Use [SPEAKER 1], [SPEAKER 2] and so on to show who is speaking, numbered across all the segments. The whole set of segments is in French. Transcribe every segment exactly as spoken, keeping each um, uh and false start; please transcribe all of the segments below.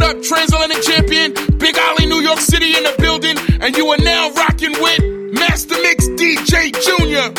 [SPEAKER 1] up? Transatlantic champion, Big Ollie, New York City in the building, and you are now rocking with Master Mix D J Junior.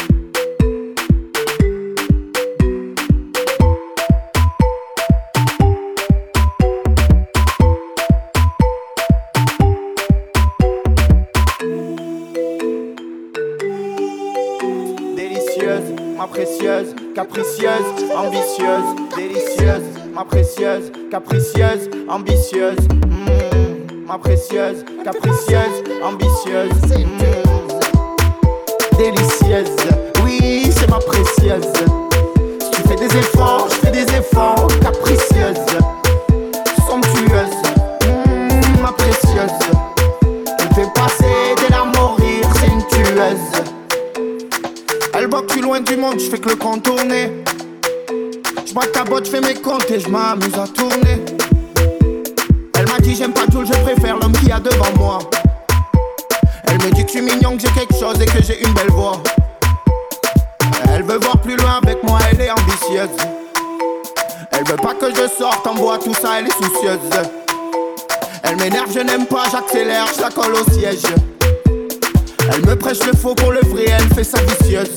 [SPEAKER 2] Ma précieuse, capricieuse, ambitieuse, délicieuse, ma précieuse, capricieuse, ambitieuse, mmh. Ma précieuse, capricieuse, ambitieuse, mmh. Délicieuse, oui c'est ma précieuse. Si tu fais des efforts, je fais des efforts, capricieuse, somptueuse, mmh. Ma précieuse, elle fait passer des larmes au rire, c'est une tueuse. Elle voit que je suis loin du monde, je fais que le contourner. Je bois ta botte, je fais mes comptes et je m'amuse à tourner. Elle m'a dit j'aime pas Jules, je préfère l'homme qui a devant moi. Elle me dit que je suis mignon, que j'ai quelque chose et que j'ai une belle voix. Elle veut voir plus loin avec moi, elle est ambitieuse. Elle veut pas que je sorte en bois, tout ça, elle est soucieuse. Elle m'énerve, je n'aime pas, j'accélère, je la colle au siège. Elle me prêche le faux pour le vrai, elle fait sa vicieuse.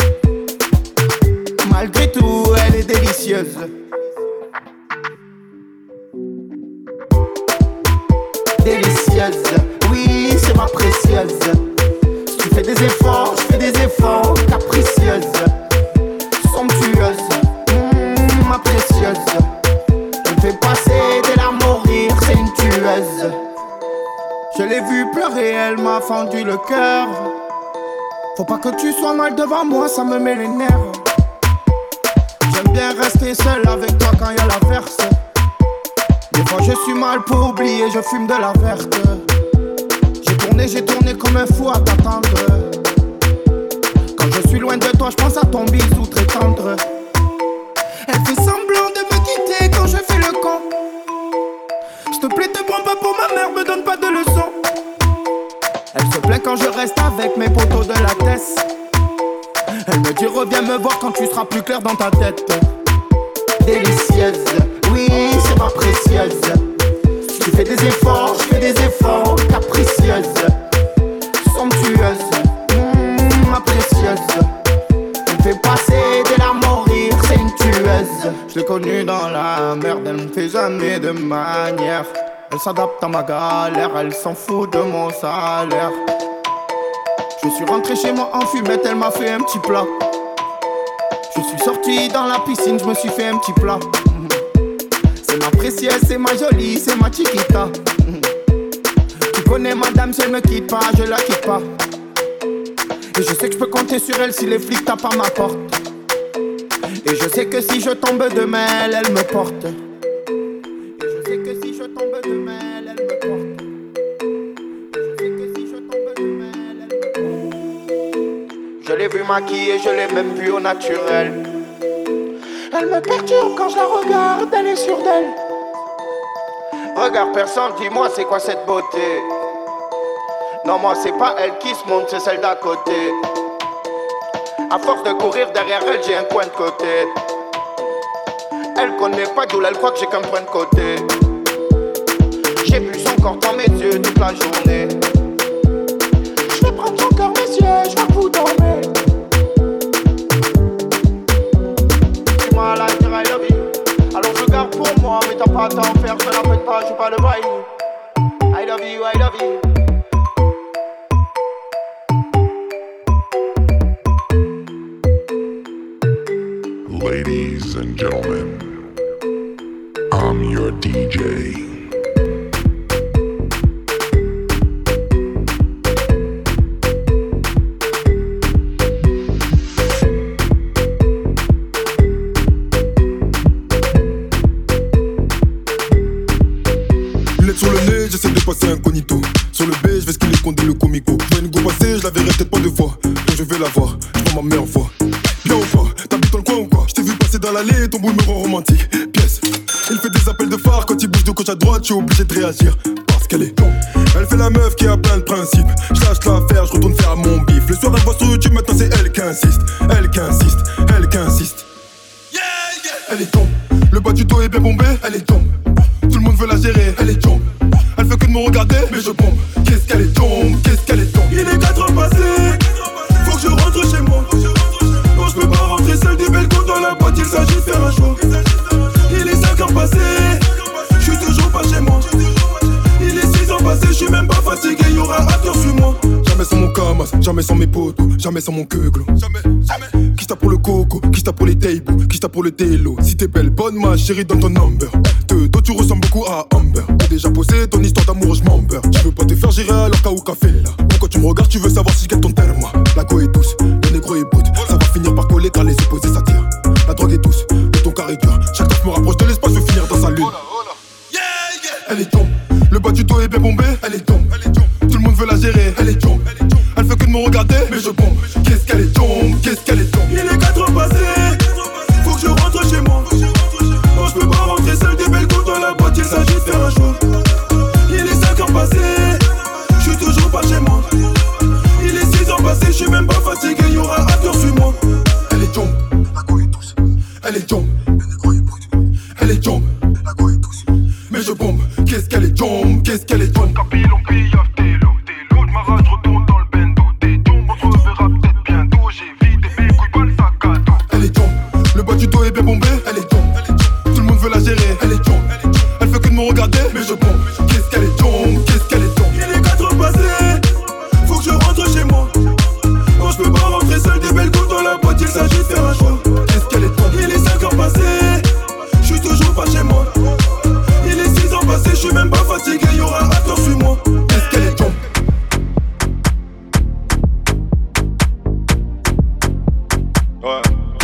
[SPEAKER 2] Malgré tout, elle est délicieuse. Délicieuse, oui, c'est ma précieuse. Si tu fais des efforts, je fais des efforts. Capricieuse, somptueuse, mmh, ma précieuse. Elle me fait passer des larmes au rire, c'est une tueuse. Je l'ai vue pleurer, elle m'a fendu le cœur. Faut pas que tu sois mal devant moi, ça me met les nerfs. J'aime bien rester seul avec toi quand y'a l'averse. Des fois je suis mal pour oublier, je fume de la verte. J'ai tourné, j'ai tourné comme un fou à t'attendre. Quand je suis loin de toi, je pense à ton bisou très tendre. Elle fait semblant de me quitter quand je fais le con. S'il te plaît, te prends pas pour ma mère, me donne pas de leçons. Elle se plaint quand je reste avec mes potos de la tête. Elle me dit reviens me voir quand tu seras plus clair dans ta tête. Délicieuse, oui c'est ma précieuse. Si tu fais des efforts, je fais des efforts. Capricieuse, somptueuse, mmh, ma précieuse. Elle me fait passer des larmes au rire, c'est une tueuse. Je l'ai connue dans la merde, elle me fait jamais de manière. Elle s'adapte à ma galère, elle s'en fout de mon salaire. Je suis rentré chez moi en fumette, elle m'a fait un petit plat. Je suis sorti dans la piscine, je me suis fait un petit plat. C'est ma précieuse, c'est ma jolie, c'est ma chiquita. Tu connais madame, si elle me quitte pas, je la quitte pas. Et je sais que je peux compter sur elle si les flics tapent à ma porte. Et je sais que si je tombe demain, elle, elle me porte. Et je sais que si je tombe demain, elle, elle me porte. Je sais que si je tombe demain, elle, elle me porte. Je l'ai vue maquillée, je l'ai même vue au naturel. Elle me perturbe quand je la regarde, elle est sûre d'elle. Regarde personne, dis-moi c'est quoi cette beauté. Non moi c'est pas elle qui se monte, c'est celle d'à côté. À force de courir derrière elle, j'ai un coin de côté. Elle connaît pas d'où elle croit que j'ai qu'un point de côté. J'ai vu son corps dans mes yeux toute la journée. Je vais prendre son cœur mes yeux, je vais vous dormir. Dis-moi la dire I love you. Alors je garde pour moi, mais t'as pas à t'en faire, je la fête pas, je joue pas le bail. I love you, I love you.
[SPEAKER 3] Ladies and gentlemen, I'm your D J.
[SPEAKER 4] Lunette sur le nez, j'essaie de passer incognito. Sur le B, je vais skinner contre le comico. Je vois une go passer, je la verrai peut-être pas deux fois. Quand je vais la voir, je prends ma meilleure fois. Bien ou pas, t'habites dans le coin ou quoi? Je t'ai vu passer dans l'allée, ton bruit me rend romantique. Pièce, il fait des appels de phare. Quand il bouge de gauche à droite, je suis obligé de réagir. Parce qu'elle est con. Elle fait la meuf qui a plein de principes. Je lâche l'affaire, je retourne faire mon bif. Le soir elle voit sur YouTube, maintenant c'est elle qui insiste. Elle qui insiste, elle qui insiste. Yeah, yeah. Elle est tombe, le bas du dos est bien bombé. Elle est tombe, tout le monde veut la gérer. Elle est tombe. me regarder, mais je bombe. Qu'est-ce qu'elle est tombe, qu'est-ce qu'elle est tombe. Il est quatre heures passées, faut que je rentre chez moi. Non, je peux pas rentrer seul du balcon dans la boîte, il s'agit de faire un choix. Il est cinq heures passées, je suis toujours pas chez moi. Il est six heures passées, je suis même pas fatigué, y'aura un cœur sur moi. Jamais sans mon camas, jamais sans mes potos, jamais sans mon queuglo. Jamais, jamais. Qui t'a pour le coco, qui t'a pour les tables, qui t'a pour le télo. Si t'es belle, bonne ma chérie, donne ton number. De dos tu ressembles beaucoup à Amber. T'as déjà posé ton histoire d'amour, je m'en beurre. Je veux pas te faire gérer alors qu'à au café là. Pourquoi tu me regardes, tu veux savoir si je gagne ton terme. La go est douce, le négro est brut. Ça va finir par coller car les opposés s'attirent. La drogue est douce, le ton carré dur. Chaque fois que je me rapproche de l'espace, je veux finir dans sa lune. Elle est tombe, le bas du dos est bien bombé. Elle est tombe, tout le monde veut la gérer. Elle est tombe, elle fait que de me regarder, mais je bombe. Qu'est-ce qu'elle est tombe, qu'est-ce qu'elle est tombe. Il est quatre heures passées, faut que je rentre chez moi. Non, je peux pas rentrer seul des belles coups dans la boîte, il s'agit de faire un choix. Il est cinq heures passées, je suis toujours pas chez moi. Il est six heures passées, je suis même pas fatigué, y'aura un cœur sur moi. Elle est tombe, la go est douce. Elle est tombe, le négro est brut. Elle est tombe, la go est douce. Mais je bombe, qu'est-ce qu'elle est tombe, qu'est-ce qu'elle est tombe.
[SPEAKER 5] Capilon, pillage, t'es l'eau, t'es l'eau, m'arrache, retourne dans le bendo. T'es tombe, on se reverra peut-être bientôt. J'ai vidé mes couilles, pas le sac à dos.
[SPEAKER 4] Elle est tombe, le bas du dos est bien bombé. Elle est tombe, tout le monde veut la gérer. Elle est tombe, elle fait que de me regarder, mais je bombe. Qu'est-ce qu'elle est tombe, qu'est-ce qu'elle est tombe. Il est quatre heures passées, faut que je rentre chez moi. Non, je peux pas rentrer seul des belles coups dans la boîte, il s'agit de faire un choix. Qu'est-ce qu'elle est tombe. Il est cinq heures passées, je suis toujours pas chez moi. Il est six heures passées, je suis même pas fatigué, y'aura un cœur sur moi. Qu'est-ce qu'elle est tombe.
[SPEAKER 5] Ouais.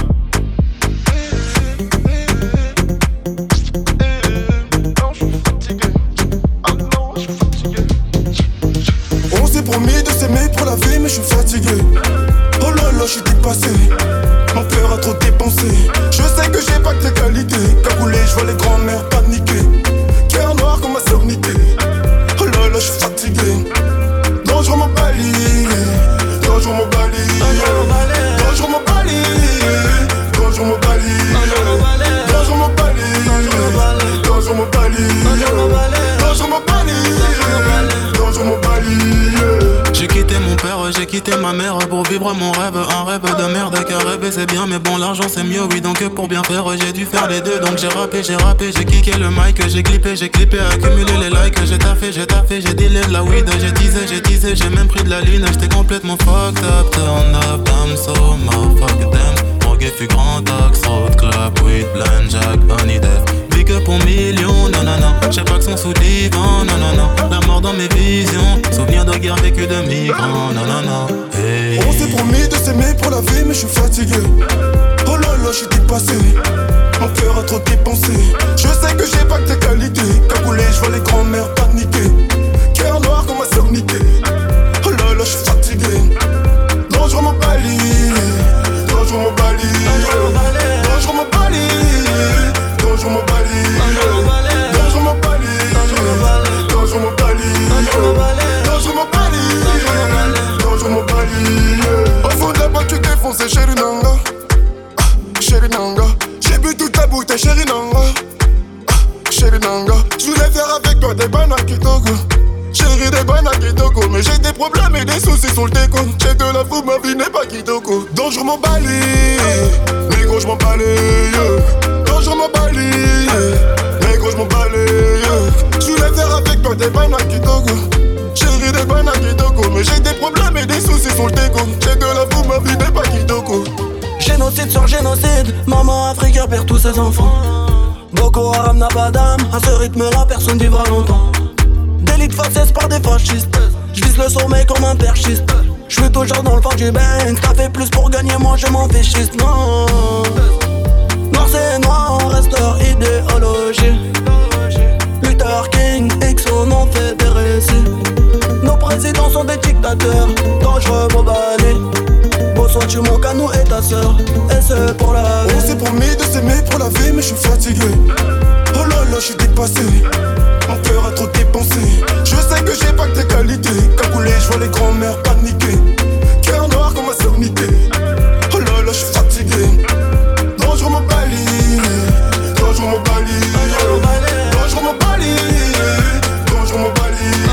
[SPEAKER 4] On s'est promis de s'aimer pour la vie, mais je suis fatigué. Oh là là, je suis dépassé. Mon cœur a trop dépensé. Je sais que j'ai pas que tes qualités. Cagoulé, je vois les grands-mères paniquer. Cœur noir comme ma sœur niquée. Oh là là, je suis fatigué. Dangereux mon bali. Dangereux mon bali. Dangereux mon bali. Dangereux mon bali. Dangereux mon bali. Dangereux mon bali. Dangereux mon bali. Dangereux mon bali.
[SPEAKER 6] J'ai quitté mon père, j'ai quitté ma mère pour vivre mon rêve. Un rêve de merde car rêver c'est bien mais bon l'argent c'est mieux. Oui donc pour bien faire j'ai dû faire les deux. Donc j'ai rappé, j'ai rappé, j'ai kické le mic. J'ai clippé, j'ai clippé, accumulé les likes. J'ai taffé, j'ai taffé, j'ai dealé de la weed. J'ai teasé, j'ai teasé, j'ai même pris de la ligne. J'étais complètement fucked up, turn up, damn so motherfucker damn. Morgue fut grand axe, road club, weed, blend, jack, honey death. Big up pour millions, non non non. J'ai pas que son sous divan, non non non. La mort dans mes visions, souvenir de guerre vécue de migrants, non non non. Hey.
[SPEAKER 4] On s'est promis de s'aimer pour la vie, mais je suis fatigué. Oh là là, je suis dépassé. Mon cœur a trop dépensé. Je sais que j'ai pas que tes qualités. Cagoulé, je vois les grands-mères paniquer. Cœur noir comme ma sœur niquée. Oh là là, je suis fatigué. Dangereux mon bali. Dangereux mon bali. Dangereux mon bali. Dangereux mon bali. Dangereux mon bali. Dangereux mon bali. Dangereux mon bali. Dangereux mon bali. Au fond de la boîte, tu défonces, chérie Nanga. Ah, chérie Nanga. J'ai bu toute ta bouteille, chérie Nanga. Ah, chérie Nanga. Je voulais faire avec toi des bananes Togo. Chérie des bananes Togo. Mais j'ai des problèmes et des soucis sur le déco. J'ai de la fou, ma vie n'est pas Kitoko. Dangereux mon bali. Négro, je m'en balais. Dangereux mon bali. Négro, je m'en balais. Je voulais faire avec toi des bananes Togo. Chérie des bananes Togo. Mais j'ai des problèmes et des soucis sur le déco. J'ai de la fou, ma vie n'est pas Kitoko.
[SPEAKER 7] Génocide sur génocide, maman africaine perd tous ses enfants. Boko Haram n'a pas d'âme, à ce rythme-là personne vivra longtemps. Délit de faciès par des fascistes, j'vise le sommet comme un perchiste. J'suis toujours dans le fond du bank, t'as fait plus pour gagner, moi je m'en fichiste, non. Noir c'est noir, on reste leur idéologie. Luther King, Exxon ont fait des récits. Nos présidents sont des dictateurs, dangereux mobalés. Soit tu manques à nous et ta sœur, et c'est pour la vie.
[SPEAKER 4] On s'est promis de s'aimer pour la vie, mais je suis fatigué. Oh là là, je suis dépassé. Mon cœur a trop dépensé. Je sais que j'ai pas que tes qualités. Cagoulé, je vois les grands-mères paniquer. Cœur noir comme ma sœur niquée. Oh là là, je suis fatigué. Dangereux mon bali. Dangereux mon bali. Dangereux mon bali. Dangereux mon bali.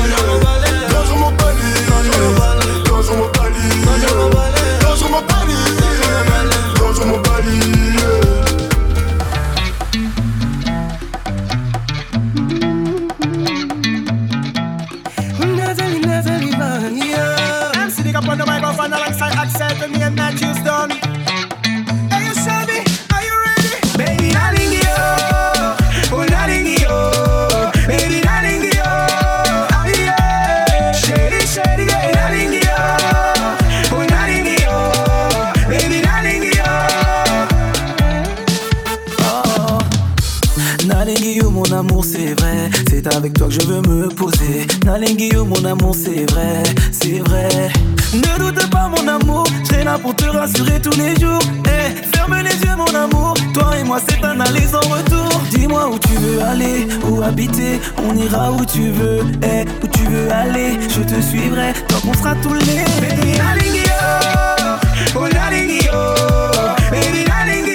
[SPEAKER 7] amour, c'est vrai. C'est avec toi que je veux me poser. Nalingio, mon amour, c'est vrai, c'est vrai. Ne doute pas, mon amour, je serai là pour te rassurer tous les jours. Hey, ferme les yeux, mon amour. Toi et moi, c'est un aller sans retour. Dis-moi où tu veux aller, où habiter. On ira où tu veux, hey, où tu veux aller. Je te suivrai tant qu'on sera tous les. Baby, Nalingio, oh Nalingio, baby Nalingio.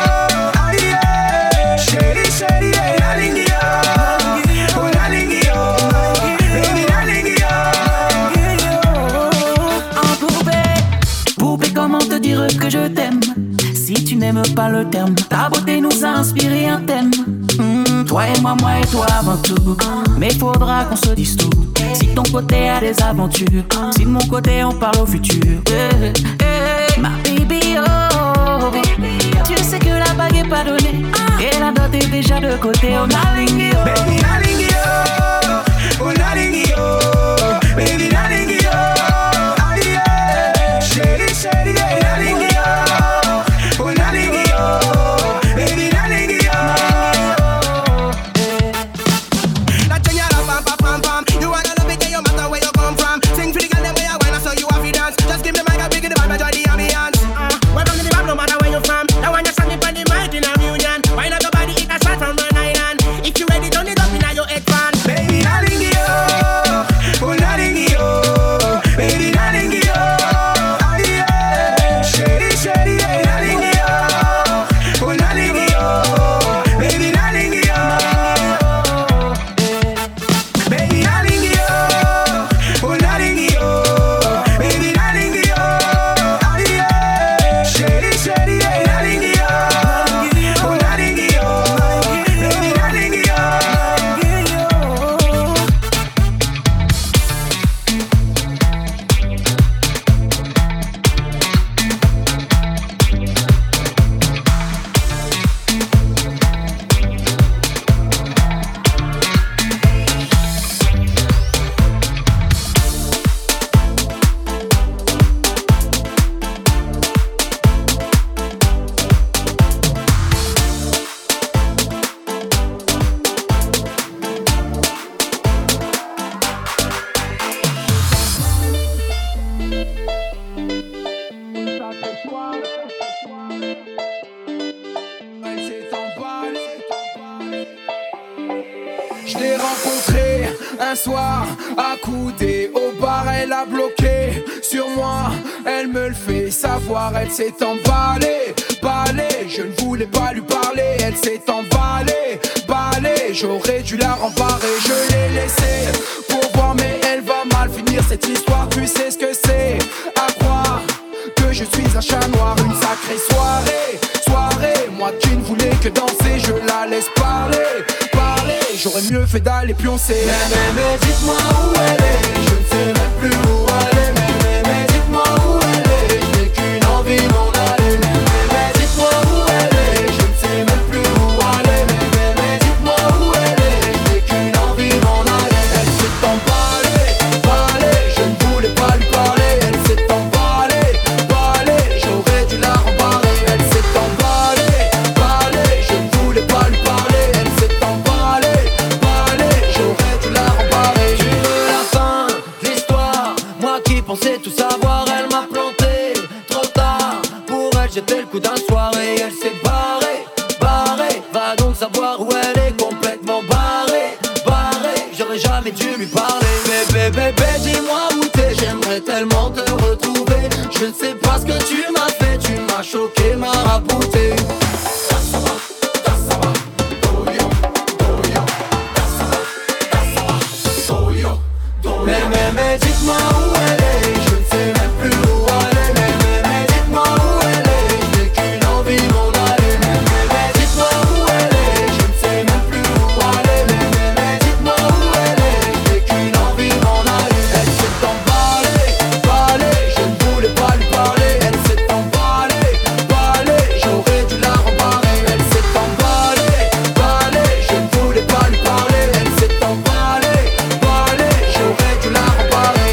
[SPEAKER 8] Que je t'aime, si tu n'aimes pas le terme, ta beauté nous a inspiré un thème. Mmh, toi et moi, moi et toi avant tout. Mais faudra qu'on se dise tout. Si de ton côté a des aventures, si de mon côté on parle au futur. Hey, hey, ma baby, oh, tu sais que la bague est pas donnée et la dot est déjà de côté. Oh Nalingio,
[SPEAKER 7] baby Nalingio, oh Nalingio, baby Nalingio.
[SPEAKER 9] Elle s'est emballée, balée, je ne voulais pas lui parler. Elle s'est emballée, balée, j'aurais dû la rembarrer. Je l'ai laissée pour voir mais elle va mal finir cette histoire. Tu sais ce que c'est, à croire que je suis un chat noir. Une sacrée soirée, soirée, moi qui ne voulais que danser. Je la laisse parler, parler, j'aurais mieux fait d'aller pioncer. Mais mais mais dites-moi où elle est, je ne sais même plus où elle est. Mais mais mais dites-moi où elle est, je n'ai qu'une envie m'en aller. Mais mais mais dites-moi où elle est, je ne sais même plus où aller. Mais mais mais dites-moi où elle est, je n'ai qu'une envie m'en aller. Elle s'est emballée, emballée, je ne voulais pas lui parler. Elle s'est emballée, emballée, j'aurais dû la rembarrer. Elle s'est emballée, emballée, je ne voulais pas lui parler. Elle s'est emballée, emballée, j'aurais dû la rembarrer.
[SPEAKER 7] Tu veux la fin de l'histoire, moi qui pensais tout savoir. Elle m'a planté trop tard, pour elle j'étais le coup d'un soir. Et elle s'est barrée, barrée, va donc savoir où elle est. Complètement barrée, barrée, j'aurais jamais dû lui parler. Bébé, bébé, dis-moi où t'es, j'aimerais tellement te retrouver. Je ne sais pas ce que tu m'as fait, tu m'as choqué, m'as rabouté. Mais mais mais dites-moi où elle est, je ne sais même plus où aller. Mais mais mais dites-moi où elle est, je n'ai qu'une envie m'en aller. Mais mais mais dites-moi où elle est, je ne sais même plus où aller. Mais mais mais dites-moi où elle est, je n'ai qu'une envie m'en aller. Elle s'est emballée, emballée, je ne voulais pas lui parler. Elle s'est emballée, emballée, j'aurais dû la rembarrer. Elle s'est emballée, emballée, je ne voulais pas lui parler. Elle s'est emballée, emballée, j'aurais dû la rembarrer.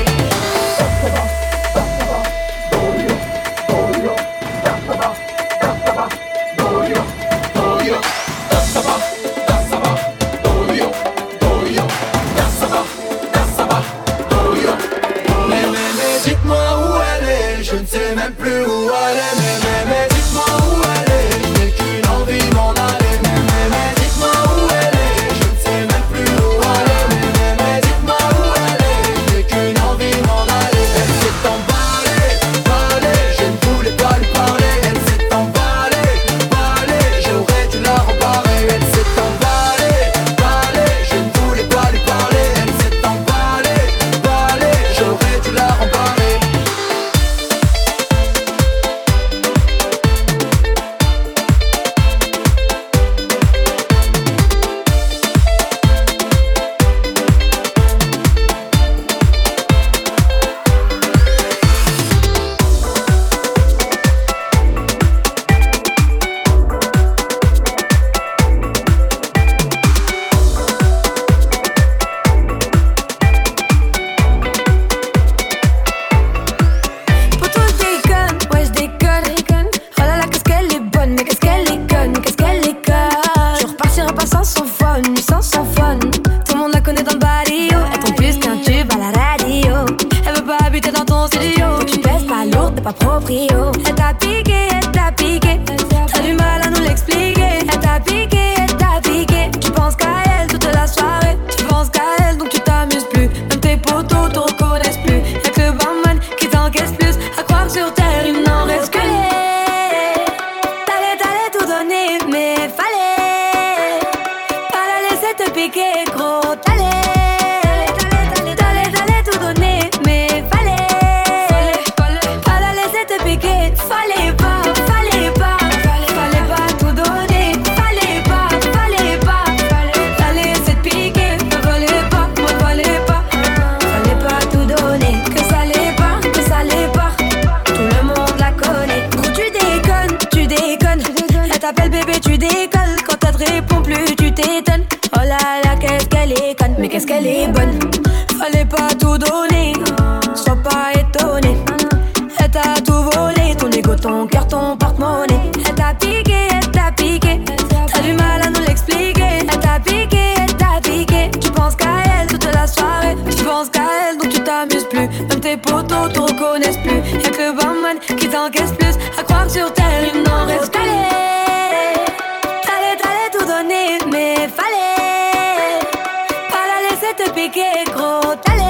[SPEAKER 10] proprio. Elle t'a piqué, elle t'a piqué. T'as du mal à nous l'expliquer. Elle t'a piqué, elle t'a piqué. Tu penses qu'à elle toute la soirée. Tu penses qu'à elle donc tu t'amuses plus. Même tes potos te reconnaissent plus. Y'a que le barman qui t'encaisse plus. À croire que sur terre il n'en reste que les. T'allais, t'allais tout donner, mais fallait pas la laisser te piquer, gros. T'allais. Fallait pas, fallait pas, fallait pas tout donner. Fallait pas, fallait pas, fallait laisser te piquer. Fallait pas, moi fallait pas, fallait pas tout donner. Que ça l'est pas, que ça l'est pas, tout le monde la connaît. Gros tu déconnes, tu déconnes. Elle t'appelle bébé, tu décolles. Quand elle te répond plus, tu t'étonnes. Oh là là, qu'est-ce qu'elle est conne, mais qu'est-ce qu'elle est bonne. Fallait pas tout donner, sois pas étonné. Elle t'a tout volé, ton ego, ton cœur, ton porte-monnaie. Elle t'a piqué, elle t'a piqué. T'as du mal à nous l'expliquer. Elle t'a piqué, elle t'a piqué. Tu penses qu'à elle toute la soirée. Tu penses qu'à elle donc tu t'amuses plus. Même tes potos te reconnaissent plus. Y'a que le barman qui t'encaisse plus. À croire que sur terre il n'en reste qu'à les. T'allais, t'allais tout donner, mais fallait pas la laisser te piquer, gros. T'allais.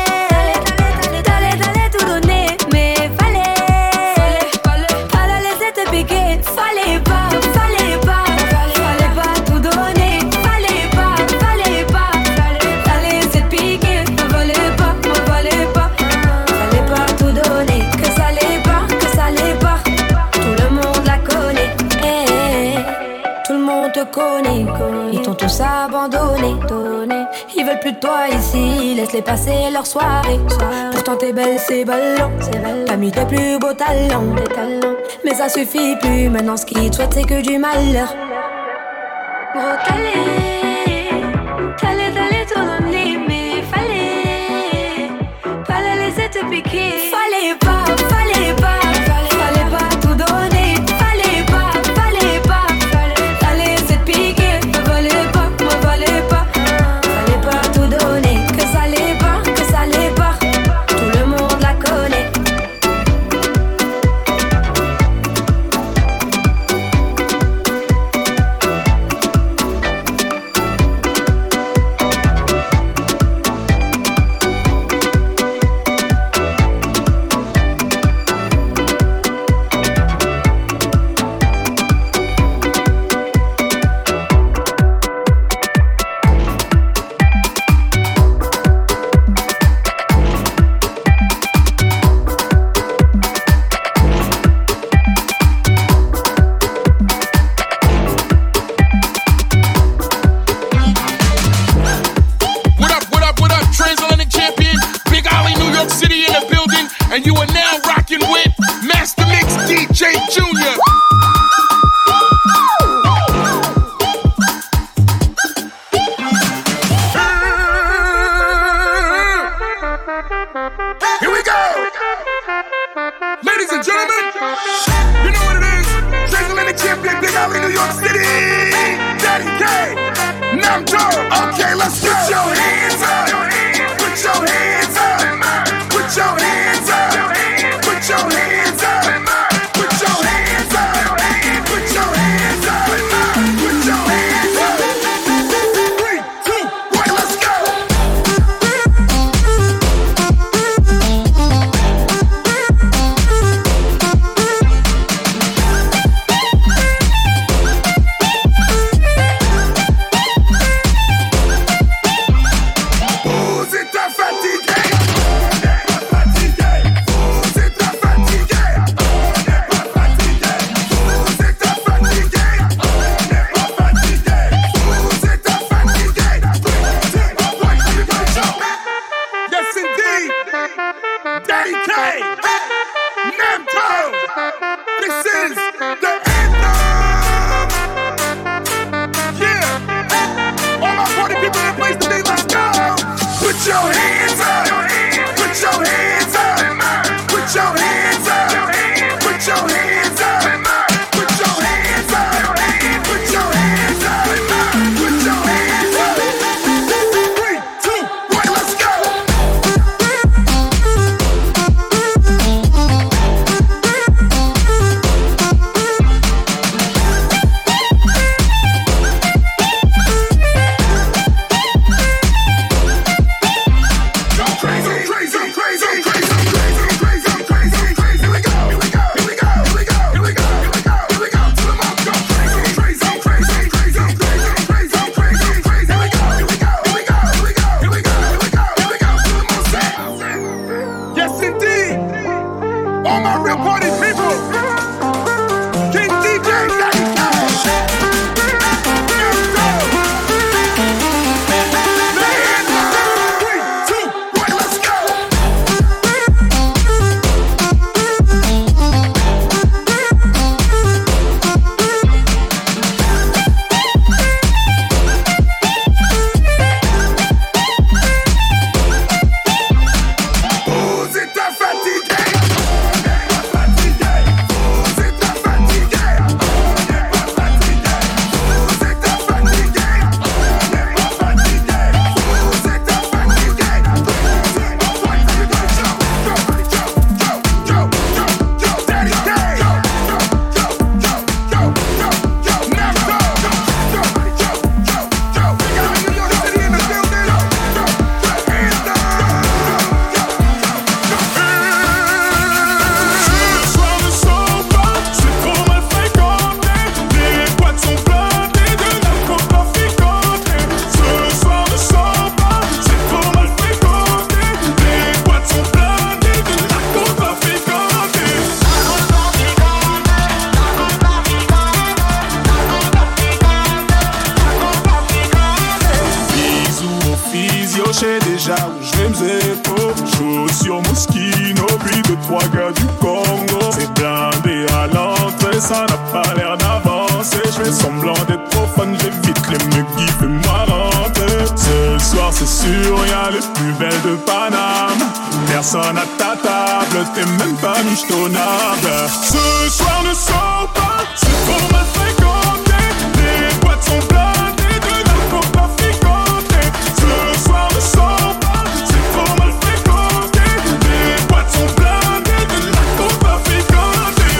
[SPEAKER 10] Fallait pas, fallait pas, fallait pas tout donner. Fallait pas, fallait pas, fallait laisser te piquer. Fallait pas, moi fallait pas, fallait pas tout donner. Que ça l'est pas, que ça l'est pas, tout le monde la connaît. Hey, hey, hey. Tout le monde te connaît, ils t'ont tous abandonné. Ils veulent plus de toi ici, laisse-les passer leur soirée. Pourtant t'es belle, c'est ballon. T'as mis tes plus beaux talents. Mais ça suffit plus, maintenant ce qu'ils te souhaitent c'est que du malheur. Gros t'allais, t'allais, t'allais tout donner, mais fallait pas la laisser te piquer. Fallait pas, fallait pas, fallait pas tout donner. Fallait pas, fallait pas, fallait laisser te piquer. Fallait pas, moi fallait pas, fallait pas tout donner. Que ça l'est pas, que ça l'est pas, tout le monde la connaît.
[SPEAKER 11] déjà où je vais me zépo. Chaussures Moschino, puis deux trois gars du Congo. C'est blindé à l'entrée, ça n'a pas l'air d'avancer. Je fais semblant d'être profane, j'évite les mecs qui fait moi rentrer. Ce soir c'est sûr, y'a les plus belles de Paname. Personne à ta table, t'es même pas michetonnable. Ce soir ne sors pas, c'est trop mal fréquenté. Les boîtes sont blindées de narcotrafiquantés. Ce soir ne sors pas, c'est trop mal fréquenté. Les boîtes sont blindées de narcotrafiquantés.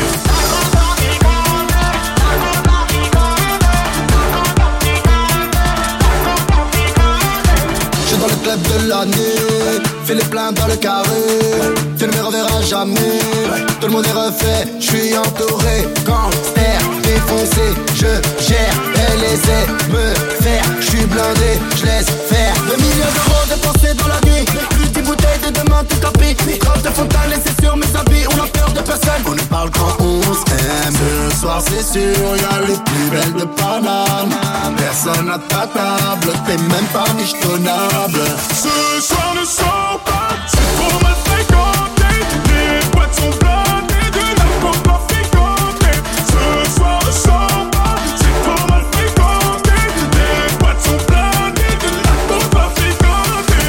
[SPEAKER 2] J'suis dans le club de l'année, fais les pleins dans le carré. Tu ne me reverras jamais, tout le monde est refait. J'suis entouré, gangster, défoncé. Je gère, elle essaie me faire. J'suis blindé, j'laisse faire. Deux millions d'euros dépensés dans la nuit. Plus dix bouteilles de demain tout tapis. Microbe de fontaine laissé sur mes habits. On a peur de personne, on ne parle quand on s'aime. Ce soir c'est sûr, y'a les plus belles de Paname. Personne à ta table, t'es même pas michetonnable.
[SPEAKER 11] Ce soir ne sors pas, c'est trop mal fréquenté. Les boîtes sont blindées de narcotrafiquantés. Ce soir ne sors pas, c'est trop mal fréquenté. Les boîtes sont blindées de narcotrafiquantés.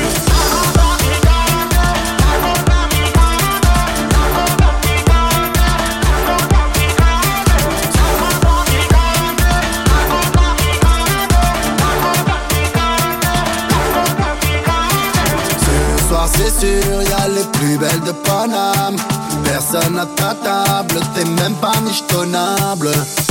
[SPEAKER 2] Ce soir c'est sûr, y'a les plus belles de Paname. Personne à ta table, t'es même pas michetonnable.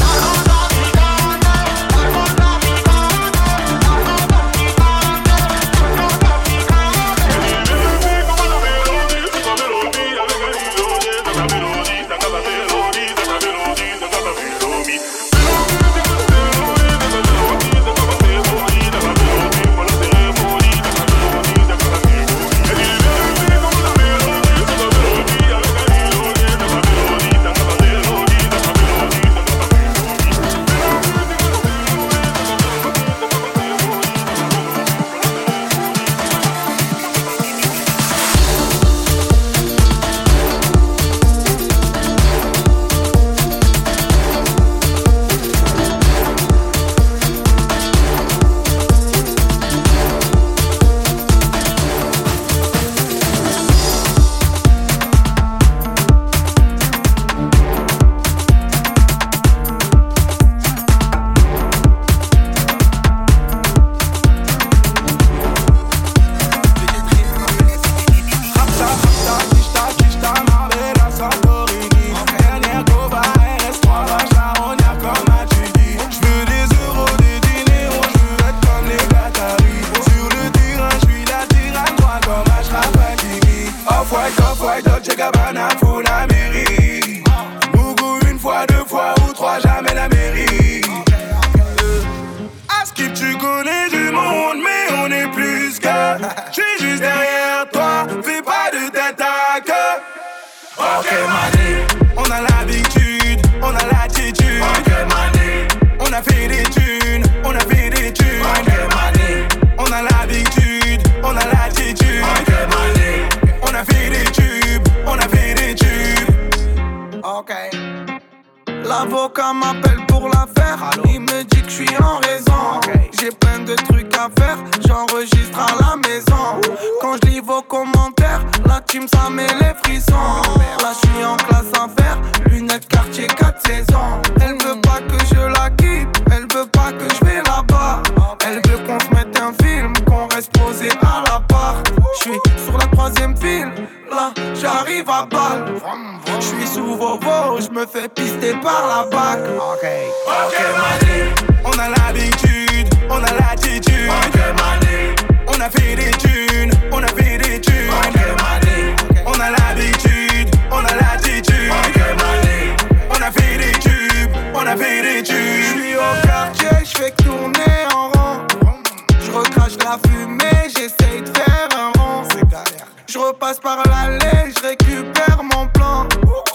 [SPEAKER 12] L'avocat m'appelle pour l'affaire. Il me dit que je suis en raison. J'ai plein de trucs à faire, j'enregistre à la maison. Quand je lis vos commentaires, la team ça met les frissons. Là je suis en classe à faire, lunettes quartier quatre saisons. Elle veut pas que je la quitte, elle veut pas que je vais là-bas. Elle veut qu'on se mette un film, qu'on reste posé à l'appart. Je suis sur la troisième file, là j'arrive à balle. Je suis sous Vovo, je me fais pister par la bac. Ok, ok mané. On a l'habitude, on a l'attitude. Ok mané. On a fait des thunes, on a fait des thunes. Ok mané. On a l'habitude, on a l'attitude. Ok mané. On a fait des tubes, on a fait des tubes. Je suis au quartier, je fais tourner en rond. Je recrache la fumée, j'essaye de faire un rond. Je repasse par l'allée, je récupère mon plan.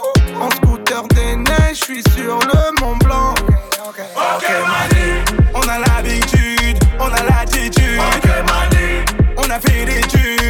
[SPEAKER 12] En scooter des neiges, je suis sur le Mont Blanc. Ok, okay, mané. On a l'habitude, on a l'attitude. Ok mané. On a fait des tubes,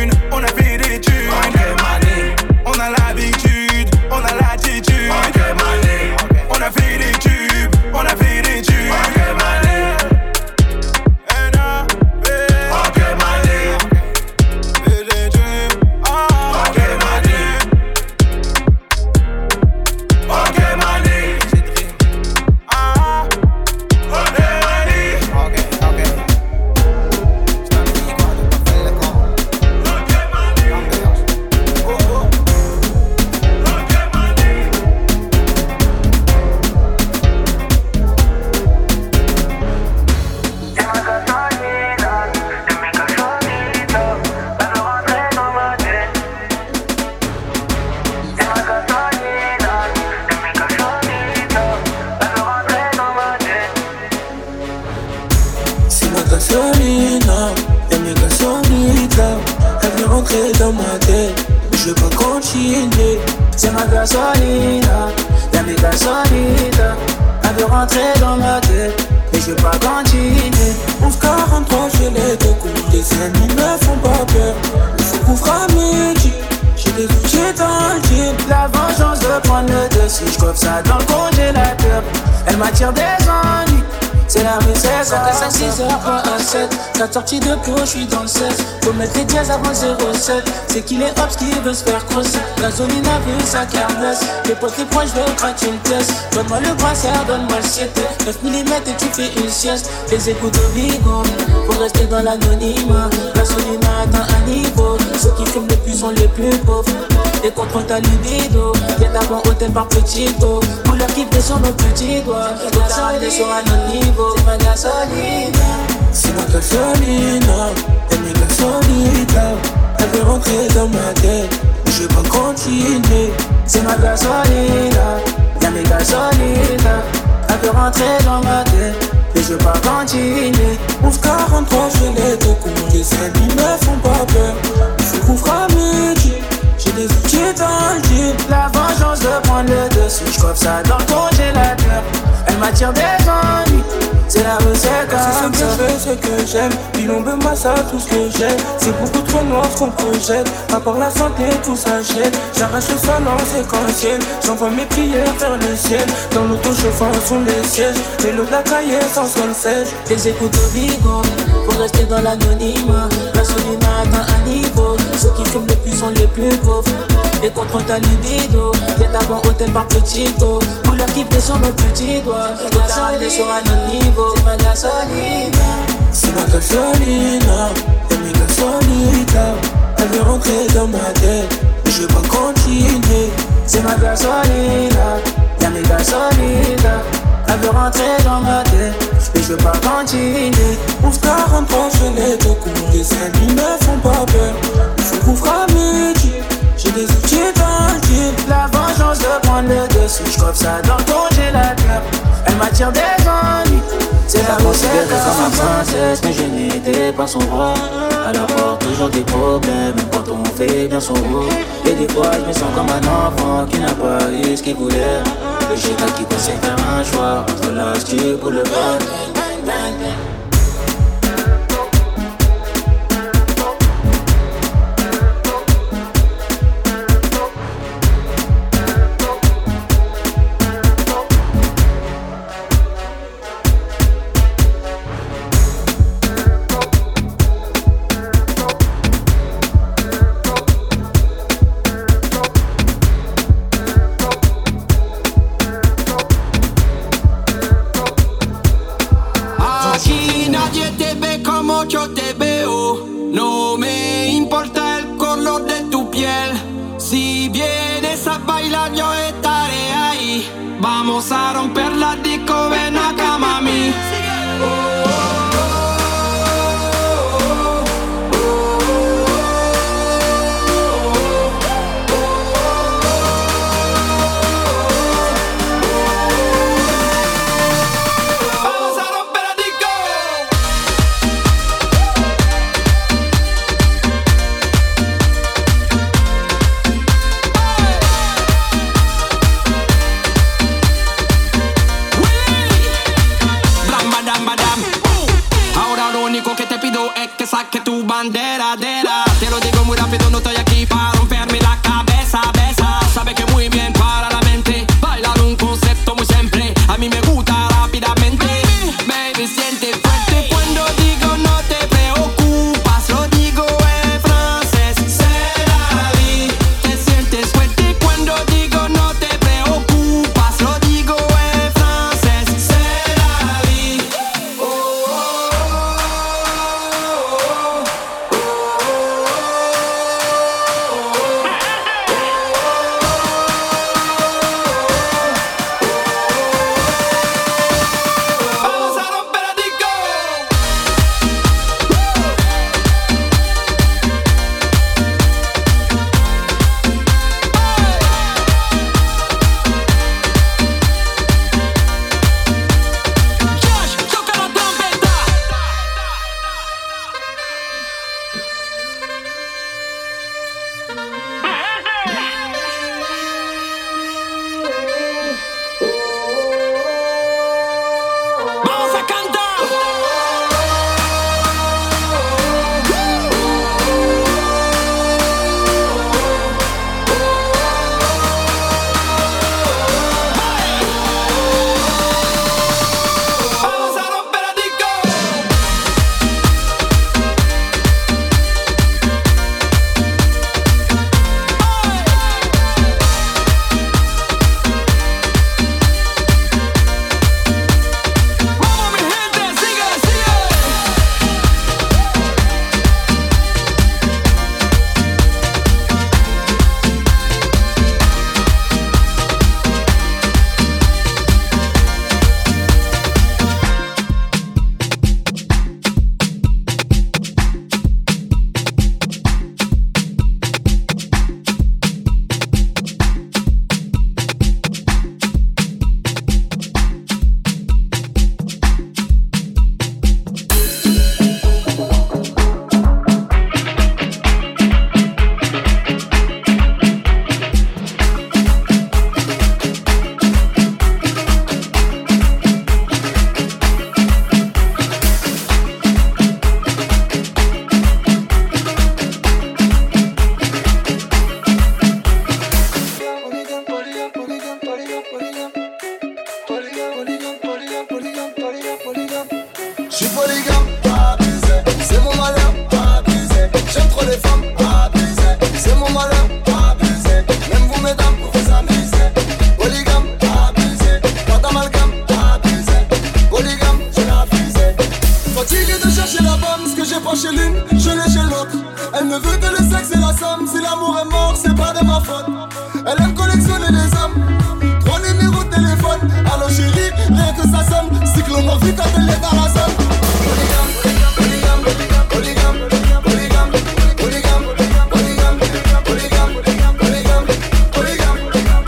[SPEAKER 7] gasolina, y'a mes gasolina. Elle veut rentrer dans ma tête, mais je veux pas continuer. C'est ma gasolina, y'a mes gasolina. Elle veut rentrer dans ma tête, mais je veux pas continuer. onze quarante-trois, je les deux coups. Les ennemis me font pas peur, il faut couvrir à midi. J'ai des outils dans le jean. La vengeance de prendre le dessus, j'coffre ça dans le congélateur. Elle m'attire des ennuis, c'est la rue seize. cinq, six heures, pas à sept. quatre sorties de pro, j'suis dans le seize. Faut mettre les dièses avant zéro sept. C'est qu'il est hops qui veut se faire crosser. Gasoline a vu sa carnesse. Les potes les points, j'veux craquer une pièce. Donne-moi le brassard, donne-moi le siète. neuf millimètres et tu fais une sieste. Les écoutes au bigot, faut rester dans l'anonymat. Gasoline atteint un niveau. Ceux qui fument le plus sont les plus pauvres. Et contrôle ta libido. Viens d'avant hôtel par petit dos. Couleur qui fait sur nos petits doigts. Gasoline sur un autre niveau. C'est ma gasolina,
[SPEAKER 13] c'est ma gasolina, elle est gasolina. Elle veut rentrer dans ma tête, mais je veux pas continuer.
[SPEAKER 7] C'est ma gasolina, y'a mes gasolina. Elle veut rentrer dans ma tête, mais je veux pas continuer.
[SPEAKER 13] onze quarante-trois, je les deux coups. Les ennemis me font pas peur, il faut couvrir à midi. J'ai des outils dans le jean.
[SPEAKER 7] La vengeance de prendre le dessus, j'coffre ça dans le congélateur. Elle m'attire des ennuis, c'est la recette comme ça.
[SPEAKER 13] C'est ce que je fais, ce que j'aime. Bilombe, moi ça, tout ce que j'aime. C'est beaucoup trop noir ce qu'on projette. À part la santé, tout s'achète. J'arrache le sol en séquentiel. J'envoie mes prières vers le ciel. Dans l'auto-chauffant sont les sièges. Et l'eau de la cahier sans sol sèche.
[SPEAKER 7] Les écoutes au bigot, faut rester dans l'anonymat. Gasoline atteint un niveau. Ceux qui fument le plus sont les plus pauvres. Et contrôle ta libido. Viens d'avant hôtel par petit dos. Couleur qui fait sur nos petits doigts. Gasoline sur un autre niveau. C'est ma gasolina,
[SPEAKER 13] c'est ma gasolina, y'a mes gasolina. Elle veut rentrer dans ma tête, mais je veux pas continuer.
[SPEAKER 7] C'est ma gasolina, y'a mes gasolina. Elle veut rentrer dans ma tête, mais je veux pas continuer.
[SPEAKER 13] onze quarante-trois, je les deux coups. Les ennemis me font pas peur, il faut couvrir à midi. J'ai des outils dans le jean.
[SPEAKER 7] La vengeance de prendre le dessus, j'coffre ça dans le congélateur. Elle m'attire des ennuis, c'est la recette comme ma princesse. Mais je n'étais pas son roi. Elle apporte toujours des problèmes, même quand on fait bien son rôle. Et des fois je me sens comme un enfant qui n'a pas eu ce qu'il voulait. Le chien qui conseille faire un choix entre l'astuce pour le vol.
[SPEAKER 14] Vamos a romper la disco, ven acá, mami.
[SPEAKER 15] Saque tu bandera, dera. Te lo digo muy rápido, no estoy aquí para romperme la cabeza, besa. Sabe que muy bien para la mente. Bailar un concepto muy simple. A mí me gusta rápidamente. Baby, siente fuerte cuando digo no te preocupas. Lo digo en francés, c'est la vie. Te sientes fuerte cuando digo no te preocupas. Lo digo en francés, c'est la vie. Oh, oh, oh.
[SPEAKER 16] J'suis polygame, abusé. C'est mon malheur, abusé. J'aime trop les femmes, abusé. C'est mon malheur, abusé. Même vous mesdames, vous vous amusez. Polygame, abusé. Pas d'amalgame, abusé. Polygame, j'ai la fusée. Fatigué de chercher la bonne, ce que j'ai pas chez l'une, je l'ai chez l'autre. Elle ne veut que le sexe et la somme. Si l'amour est mort, c'est pas de ma faute. Elle aime collectionner les hommes. Trois numéros de téléphone. Allô chérie, rien que ça sonne. Cyclonovie quand elle est dans la zone. Polygame, polygame, polygame, polygame, polygame, polygame, polygame, polygame, polygame,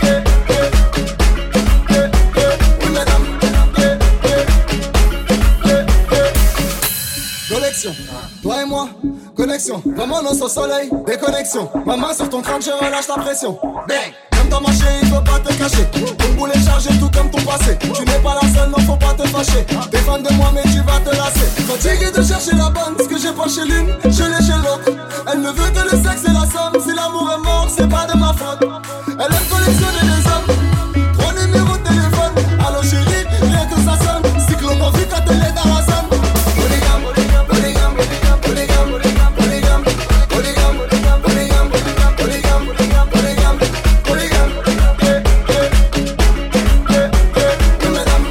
[SPEAKER 16] oui madame. Connexion, toi et moi. Connexion, maman dans son soleil, déconnexion. Ma main sur ton crâne, je relâche la pression. Bang, comme dans marché, il faut pas te cacher. Ton boulet chargé, tout comme ton passé. Tu n'es pas la seule, non, faut pas te fâcher. T'es fan de moi, mais tu vas te lasser. Fatigué de chercher la bonne, ce que j'ai pas chez l'une, je l'ai chez l'autre. Elle ne veut que le sexe et la somme. Si l'amour est mort, c'est pas de ma faute. Elle aime collectionner les hommes. Trois numéros de téléphone. Allô chérie, rien que ça sonne. Cyclonovie quand elle est dans la zone. Polygame, polygame, polygame, polygame, polygame, polygame, polygame, polygame, polygame, polygame, oui madame.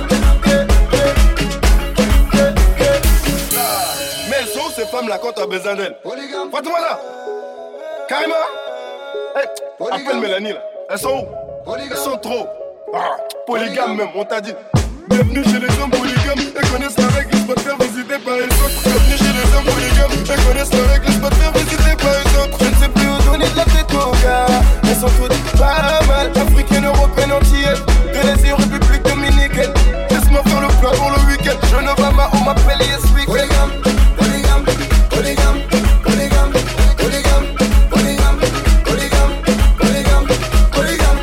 [SPEAKER 17] Mais elles sont où ces femmes là quand t'as besoin d'elles? Fais-toi là. Carrément. Hey, appelle Mélanie là. Elles sont où? Elles sont trop. Ah, polygame même, on t'a dit. Bienvenue chez les hommes polygames. Elles connaissent la règle, ils se peuvent faire visiter par les autres. Bienvenue chez les hommes polygames. Elles connaissent la règle, ils se peuvent faire visiter par les autres. Je ne sais plus où donner de la tête mon gars. Elles sont toutes pas mal. Africaines, européennes, antillaises. De l'Asie, République dominicaine. Laisse-moi faire le plat pour le week-end. Je ne vais pas, on m'appelle Yes Weekend. Polygame, polygame, polygame, polygame, polygame, polygame, polygame, polygame, polygame.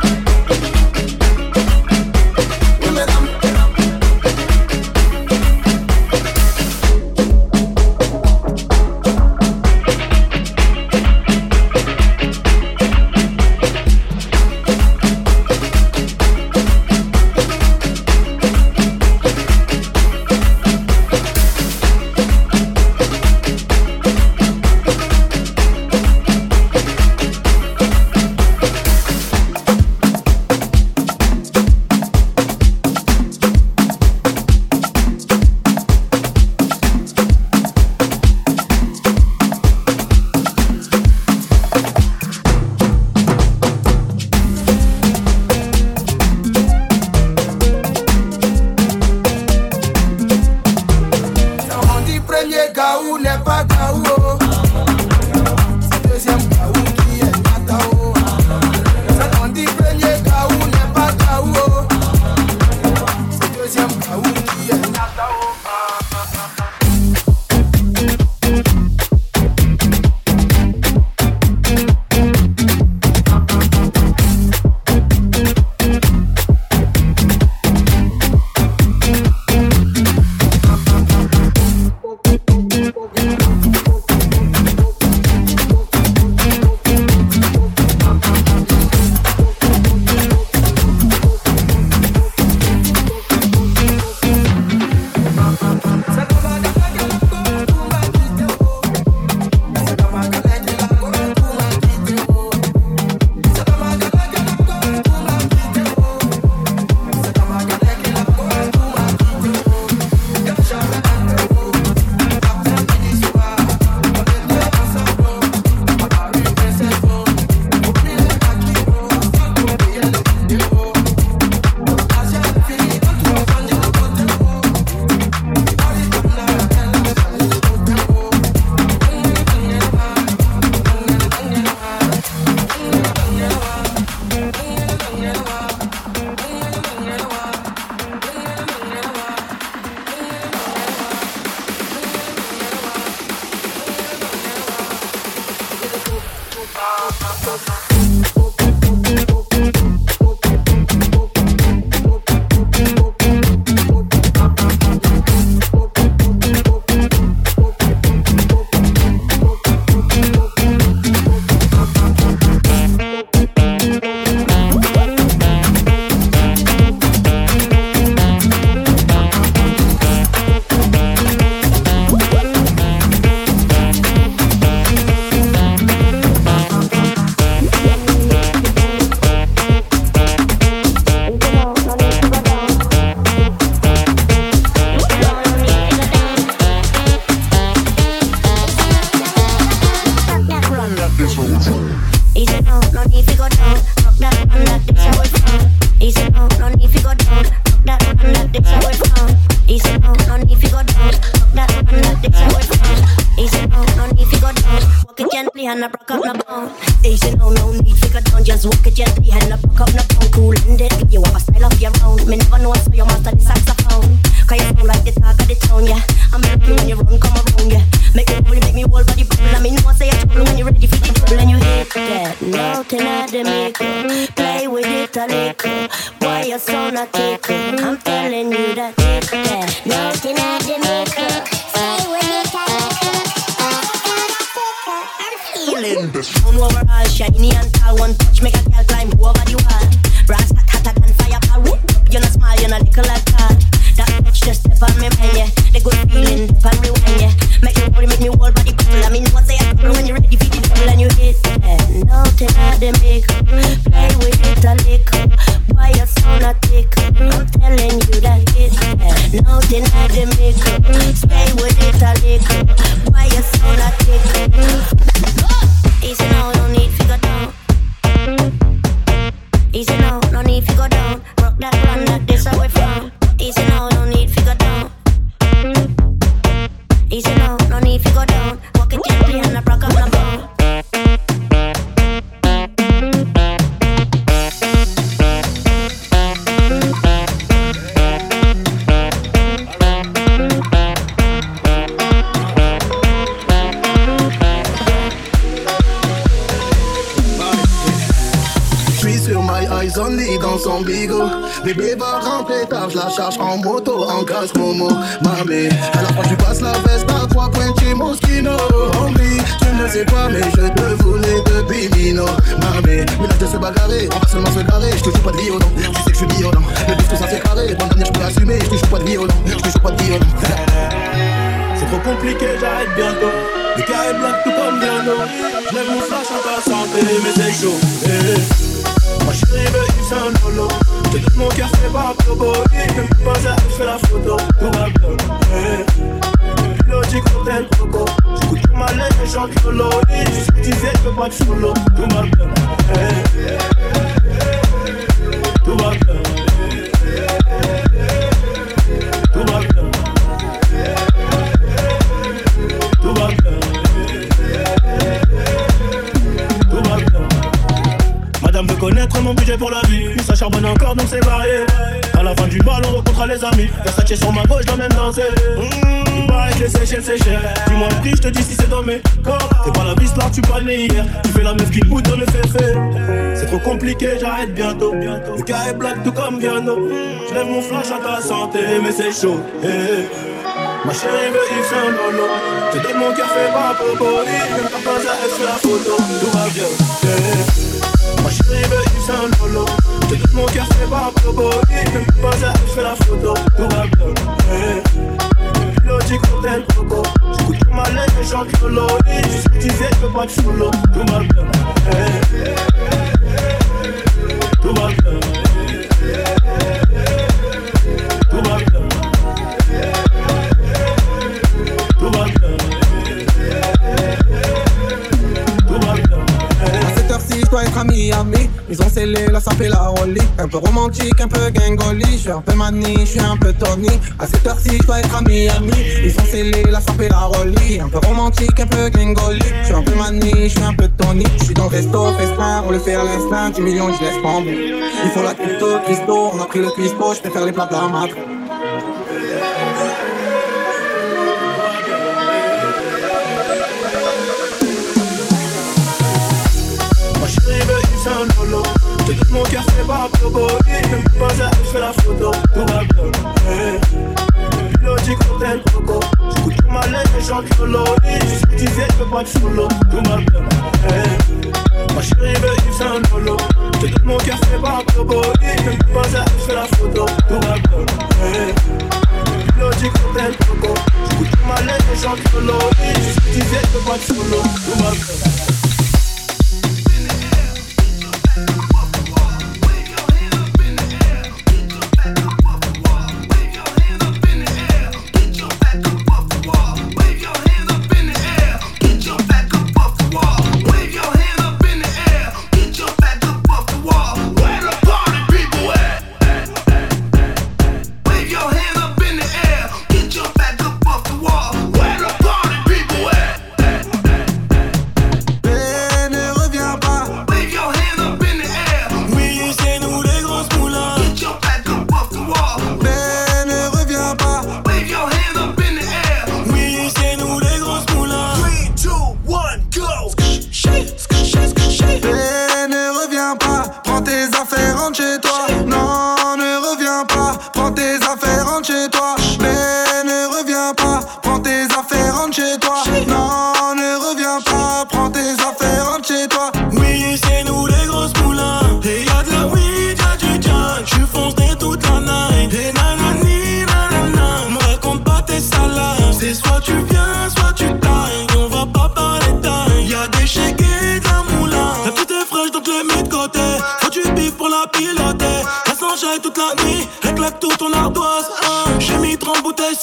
[SPEAKER 17] Oui madame. On dit premier gaou n'est pas gaou. C'est deuxième gaou qui est Natao. On dit premier gaou n'est pas gaou. C'est deuxième gaou qui est Natao.
[SPEAKER 18] gently and I broke up my bone. Easy, no, no need figure down. Just walk it gently and I broke up my bone. Cool and it, you have a style of your own. Me never know so you master the saxophone. Cause you sound like the talk of the town, yeah. I'm happy when you run, come around, yeah. Make me really make me whole body bubble. I mean, no one say you're trouble when you're ready for the double and you hit that. Nothing at the maker. Play with it a little. Why you so not tickle? I'm telling you that hit that. Nothing at the maker. Play with it a little. Feeling this. On overall, shiny and tall. One touch make a girl climb over the wall. Brass hot, hotter than fireball. Whip up, you're not small, you're not little like that. That touch just step on me mind, yeah. The good feeling, dip and rewind, yeah. Make me worry, make me whole body bubble. I mean, what's a couple when you're ready for the double and you hit that. Nothing at the maker. Play with it a little. Why you so not tickle? I'm telling you that hit that. Nothing at the maker. Stay with it a little. Why you so not tickle? Easy now, no need to go down. Easy now, no need to go down. Rock that one that this away from. Easy now, no need to go down. Easy now, no need to go down. Walk it gently and I broke up my bone.
[SPEAKER 19] Only dans son bigot. Bébé va rentrer tard, je la charge en moto, en casse Momo. Mamé, à la fois tu passes la veste à trois points chez Moschino. Homie, tu ne sais pas, mais je te voulais depuis Mino. Mamé, mais là je te sais bagarrer, on va seulement se carrer. Je te joue pas de violon, tu sais que je suis violent. Le bif tout ça c'est carré, ton dernier je peux assumer. Je te joue pas de violon, je te joue pas de violon.
[SPEAKER 20] C'est trop compliqué, j'arrête bientôt. Le cas est blanc tout comme Diano. Je lève mon flash en ta santé, mais c'est chaud. Hey. Ma chérie veut Yves Saint Lolo. Je te donne mon cœur, c'est pas propos. Il ne peut pas faire, je fais la photo. Tout va bien, hey. Depuis logique, hôtel, coco. J'écoute tout ma lettre et chante solo. Tu sais que tu sais, je peux pas de solo. Tout va bien, hey. Tout va bien, tout va bien. Tout va bien, tout va bien. Madame veut connaître mon budget pour la vie. Ça charbonne encore donc c'est varié. À la fin du bal on rencontre les amis. Versace sur ma gauche, j'emmène danser. Mmh, il paraît que les Seychelles c'est cher. Dis-moi le prix, je te dis si c'est dans mes corps. T'es pas la vis là, tu pas né hier. Tu fais la meuf qui boude dans le féfé. C'est trop compliqué, j'arrête bientôt. Le cas est black tout comme Viano. Je lève mon flash à ta santé, mais c'est chaud. Hey. Ma chérie veut Yves Saint Lolo. Je te donne mon cœur, fais pas propos. Même pas pas ça, elle fait la photo. Tout va bien, hey. Ma chérie veut Yves Saint Lolo. Je te donne mon cœur, fais pas propos. Même pas ça, elle fait la photo. Tout va bien, hey. Depuis logique, hôtel, coco. J'écoute tout ma lettre et chante solo. Tu sais que tu sais, je peux pas de solo. Tout va bien, hey. Tout va bien, tout va bien. Tout va bien, tout va bien.
[SPEAKER 21] À cette heure-ci, je dois être à Miami. Ils ont scellé, là ça fait la rollie. Un peu romantique, un peu gangoli. Je suis un peu mani, je suis un peu Tony. À cette heure-ci, je dois être à Miami. Ils ont scellé, là ça fait la rollie. Un peu romantique, un peu gangoli. Je suis un peu mani, je suis un peu Tony. Je suis dans le resto, festin, on le fait à l'instinct. dix millions, je laisse tomber. Il faut la crypto, Christo. On a pris le cuistot, je préfère les plats de la marque.
[SPEAKER 20] Je te donne mon cœur, c'est pas propos. Même pas ça, elle fait la photo. Tout va bien, hey. Depuis logique, hôtel, coco. J'écoute tout ma lettre et chante solo. Tu sais que tu sais, je peux pas de solo. Tout va bien, hey. Ma chérie veut Yves Saint Lolo. Je te donne mon cœur, c'est pas propos. Même pas ça, elle fait la photo. Tout va bien, hey. Depuis logique, hôtel, coco. J'écoute tout ma lettre et chante solo. Tu sais que tu sais, je peux pas de solo. Tout va bien.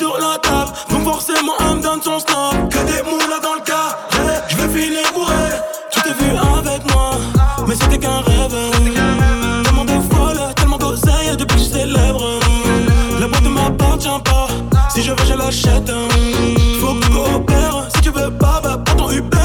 [SPEAKER 13] sur la table, donc forcément elle me donne son snap. Que des moulas dans le carré, je vais finir bourré. Tu t'es vu avec moi, mais c'était qu'un rêve. Tellement de folle, tellement d'oseille, depuis que je suis célèbre. La boîte ne m'appartient pas, si je veux je l'achète. Faut que tu coopères, si tu veux pas, bah prends ton Uber.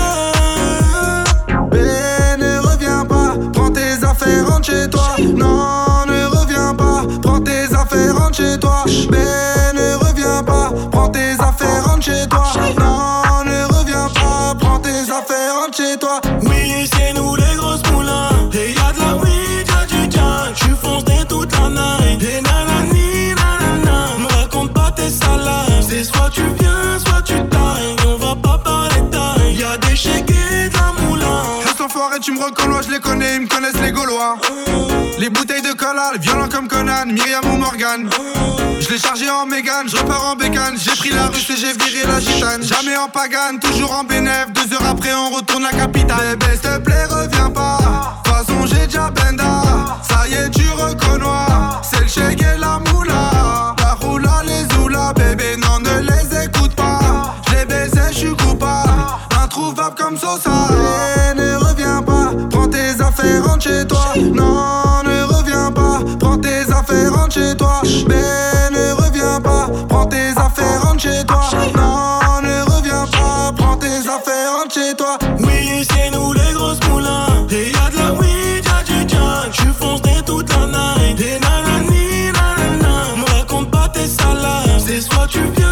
[SPEAKER 21] Ben ne reviens pas, prends tes affaires, rentre chez toi. Non, ne reviens pas, prends tes affaires, rentre chez toi. Ben ne reviens pas, prends tes affaires, rentre chez toi. Non, ne reviens pas, prends tes affaires, rentre chez toi.
[SPEAKER 13] Oui, c'est nous les grosses moulins. Et y'a de la weed, y'a du jack. J'suis foncé toute la night. Et nanani, nanana. Me raconte pas tes salades. C'est soit tu viens, soit tu tailles. On va pas parler taille. Y'a des chèques et de la moulin.
[SPEAKER 21] Reste enfoiré, tu me reconnais, je les connais, ils me connaissent les Gaulois. Les bouteilles de cola, violents comme Conan, Myriam ou Morgan. Je l'ai chargé en Mégane, je repars en bécane. J'ai pris la russe et j'ai viré la gitane. Jamais en pagane, toujours en bénéf. Deux heures après on retourne à capitale. Bébé s'il te plaît reviens pas, de toute façon j'ai déjà benda. Ça y est tu reconnais, c'est le chèque et la moula. La roula, les oula, bébé non ne les écoute pas. Je les baisais, je suis coupable, introuvable comme Sosa. Et ne reviens pas, prends tes affaires, rentre chez toi. Non ne reviens pas, prends tes affaires, rentre chez toi. Ben ne reviens pas, prends tes affaires, rentre chez toi. Non ne reviens pas, prends tes affaires, rentre chez toi.
[SPEAKER 13] Oui, c'est nous les grosses moulins. Et y'a de la weed, y'a du jack. J'suis foncé toute la night. Et nanani, nanana. Me raconte pas tes salades. C'est soit tu viens.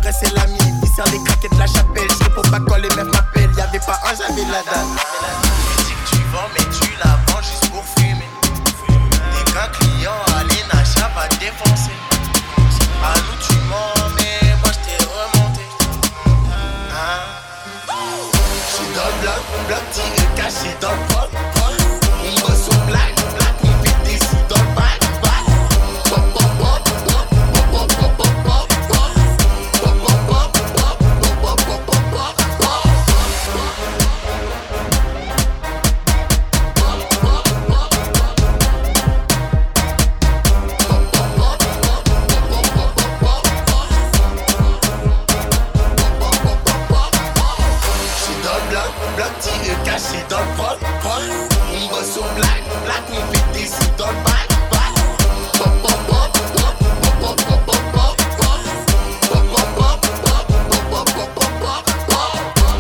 [SPEAKER 2] vrai c'est l'ami. Il sert les craquettes de la chapelle. Je réponds pas quand les meufs m'appellent. Y'avait pas un, j'avais la dalle. Tu vends mais tu la vends juste pour fumer. Dès qu'un client a les nachats va défoncer. À nous tu mens mais moi je t'ai remonté. Hein? J'suis dans le bloc, bloc tiré caché dans le pot. On bosse au black, black, on fait des sous dans le bac, bac. Pop, pop, pop, pop, pop, pop, pop, pop, pop. Caché dans le pot, pot. On bosse au black, black, on fait des sous dans le bac, bac. Pop, pop, pop, pop, pop, pop, pop, pop, pop, pop. Pop, pop, pop, pop, pop, pop, pop, pop, pop.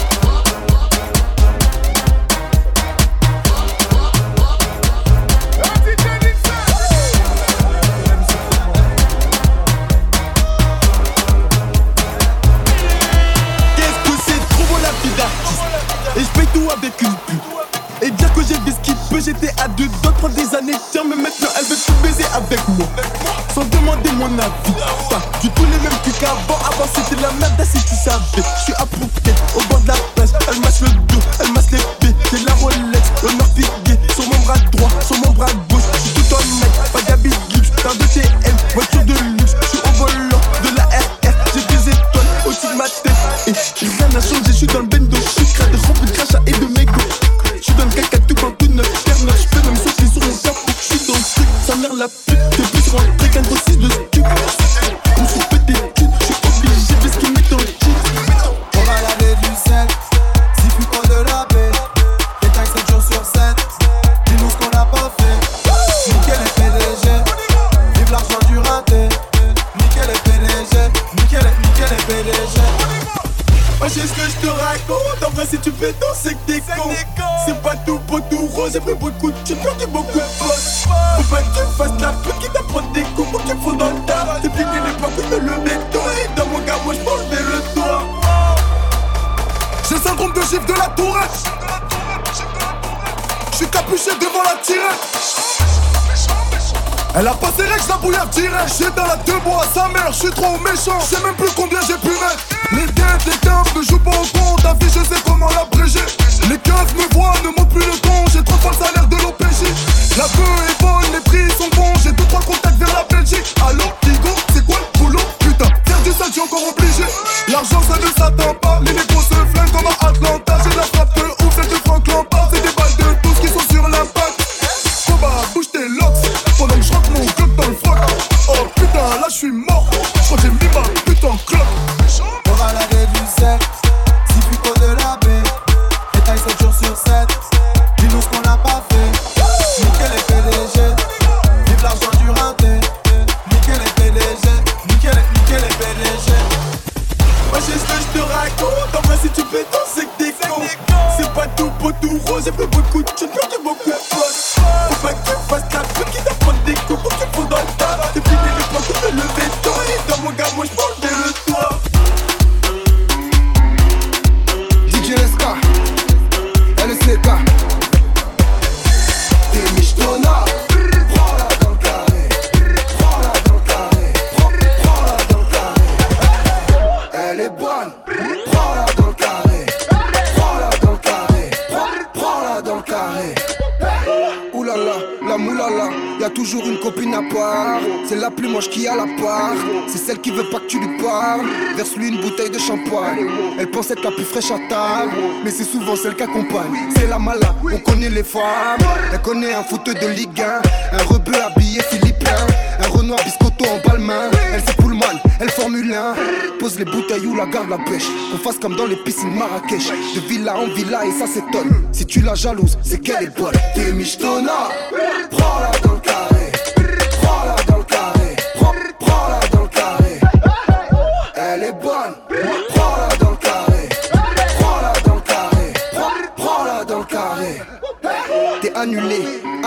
[SPEAKER 1] Qu'est-ce que c'est trop beau la vie d'artiste. Et je paye tout avec une pub. Et dire que j'ai vu ce qu'il peut, j'étais à deux doigts de prendre des années. Tiens, mais maintenant elle veut tout baiser avec moi. Sans demander mon avis. Pas du tout les mêmes trucs qu'avant. Avant c'était la merde, si tu savais. Je suis à Phuket, au bord de la plage. Elle masse le dos, elle masse les pieds. J'ai la Rolex, l'honneur pigué. Sur mon bras droit, sur mon bras gauche. Je suis tout en mec, pas d'habit de luxe. T'as de T M, voiture de luxe. Je suis au volant de la R R. J'ai des étoiles au-dessus de ma tête. Et rien n'a changé, je suis dans le bendo. Je suis crade, rempli de crachat et de mégots. J'suis dans le caca tout quand tout neuf, terre neuf. J'peux même sauter sur mon capot. J'suis dans le truc, sa mère la pute. T'es plus rentré qu'un gros six de stup. On se fait des thunes, j'suis obligé de ce qu'ils mettent dans le cheat.
[SPEAKER 21] On va laver du sel, si plus qu'on de la baie. Détail sept jours sur sept, dis-nous ce qu'on a pas fait. Nickel les P D G, vive l'argent du raté. Nickel les P D G, nickel les, nickel les P D G.
[SPEAKER 1] Moi j'ai ce que je te raconte. En vrai si tu fais danser que t'es con. C'est pas tout beau tout rose. J'ai pris beaucoup de chips, j'ai beaucoup de boss. Faut pas que tu fasses la pute qui t'apprend des coups. Faut qu'il faut dans le tas. C'est fini l'époque où je me le béton. Et dans mon gars moi j'pense le toit.
[SPEAKER 4] J'ai le syndrome de gifle de la tourette. J'suis capuché devant la tirette. Elle a pas ses règles, la bouillère direct. J'ai dans la deux bois à sa mère, j'suis trop méchant. J'sais même plus combien j'ai pu mettre. Les dettes, les caves ne jouent pas au compte. Ta vie, je sais comment l'abréger. Les keufs me voient, ne montent plus le ton. J'ai trois fois le salaire de l'O P J. La bœuf est bonne, les prix sont bons. J'ai deux trois contacts vers la Belgique. Allô, Kigo, c'est quoi le boulot? Putain, faire du sale, j'suis encore obligé. L'argent, ça ne s'attend pas. Les négros se flinguent comme à Atlanta. J'ai la frappe de ouf, celle de Franck Lampard. C'est des balles de tous qui sont sur l'impact. Koba, bouge tes locks. Pendant que je rentre mon club dans le froc. Oh putain, là je suis mort. Je crois que j'ai mis ma pute en clope.
[SPEAKER 21] On va laver du sel, si plus qu'on de la baie. Détail sept jours sur sept, dis-nous ce qu'on a pas fait. Nickel les P D G, vive l'argent du raté. Nickel les P D G, nickel les, nickel les P D G.
[SPEAKER 1] Moi j'ai ce que je te raconte. En vrai si tu fais danser que t'es con. C'est pas tout beau tout rose. J'ai pris beaucoup de chips, j'ai beaucoup de boss. Faut pas que tu fasses la pute qui t'apprend des coups. Faut qu'il faut dans le tas. C'est fini l'époque où je me le béton. Et dans mon gars moi j'pense le toit.
[SPEAKER 21] D J S K, L C K. T'es Michetona. Prends-la dans le carré. Prends-la dans le carré. Prends, prends-la dans le carré. Elle est bonne. Prends-la dans le carré. Prends-la dans le carré. Prends, prends-la dans le carré. Oulala, la moulala, y'a toujours une copine à part. C'est la plus moche qui a la part. C'est celle qui veut pas que tu lui parles. Verse-lui une bouteille de champagne. Elle pense être la plus fraîche à table, mais c'est souvent celle qui accompagne. C'est la mala, on connaît les femmes. Elle connaît un footeux de Ligue un, un rebeu habillé philippin, un Renoir biscotto en balmain. Elle c'est Pullman, elle Formule un. Pose les bouteilles ou la garde la pêche. Qu'on fasse comme dans les piscines Marrakech. De villa en villa et ça s'étonne. Si tu la jalouses, c'est qu'elle est bonne. T'es Michetona. Prends-la dans le carré. Prends-la dans le carré. Prends, prends-la dans le carré. Elle est bonne. Prends-la dans le carré. Prends-la dans le carré. Prends, prends-la dans le carré. T'es annulé,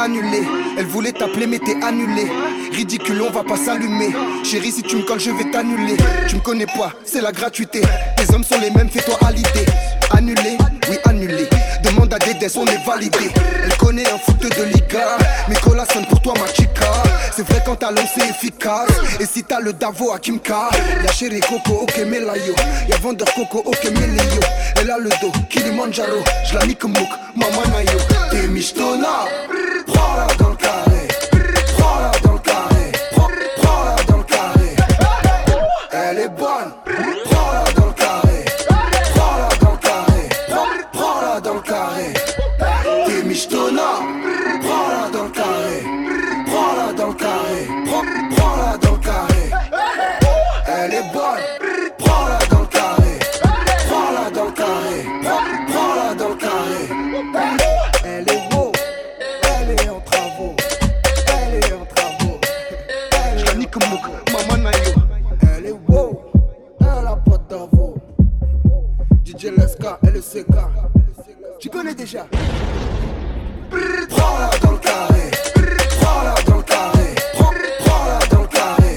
[SPEAKER 3] annulé. Elle voulait t'appeler mais t'es annulé. Ridicule, on va pas s'allumer. Chérie, si tu me colles, je vais t'annuler. Tu me connais pas, c'est la gratuité. Tes hommes sont les mêmes, fais-toi à l'idée. Annulé, oui annulé. Demande à Dédès, on est validé. Elle connaît un foot de Liga. Nicolas sonne pour toi ma chica. C'est vrai quand t'as lancé efficace. Et si t'as le Davo à Kimka. Y'a Chéri Coco, ok Melayo. Y'a Vendeur Coco, ok Melayo. Elle a le dos, Kilimanjaro. J'la nique mouk, maman nayo. T'es michetona. Prends-la dans le carré. Prends-la dans le carré. Prends- Prends-la dans le carré. Elle est bonne. Prends-la dans le carré. Prends-la dans le carré. Prends- Prends-la dans le carré. T'es michetona. Prends-la dans le carré. Prends-la dans le carré. Prends- Prends-la dans le carré. Elle est bonne. Prends-la dans le carré. Prends-la dans le carré. Prends- Prends-la dans le carré. Elle est beau. Elle est en travaux. Elle est en travaux. Je la nique mouk, maman nayo. Elle est beau. Elle a pas d'avo. D J Leska et le C K. Tu connais déjà. Prends-la dans le carré. Prends-la dans le carré. Prends- Prends-la dans le carré.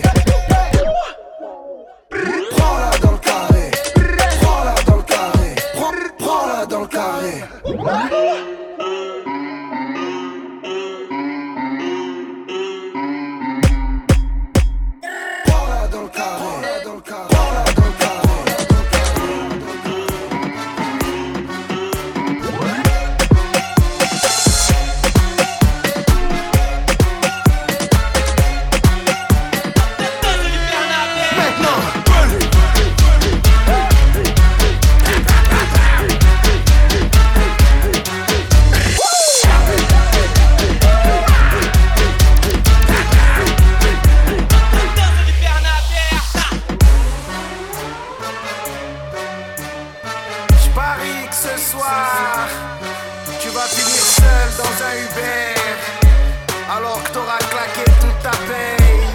[SPEAKER 3] Prends-la dans le carré. Prends-la dans le carré. Prends- Prends-la dans le carré. Prends-la dans le carré. Dans le carré. Prends-la dans le
[SPEAKER 12] J'parie que ce soir, tu vas finir seul dans un Uber, alors que t'auras claqué toute ta paye.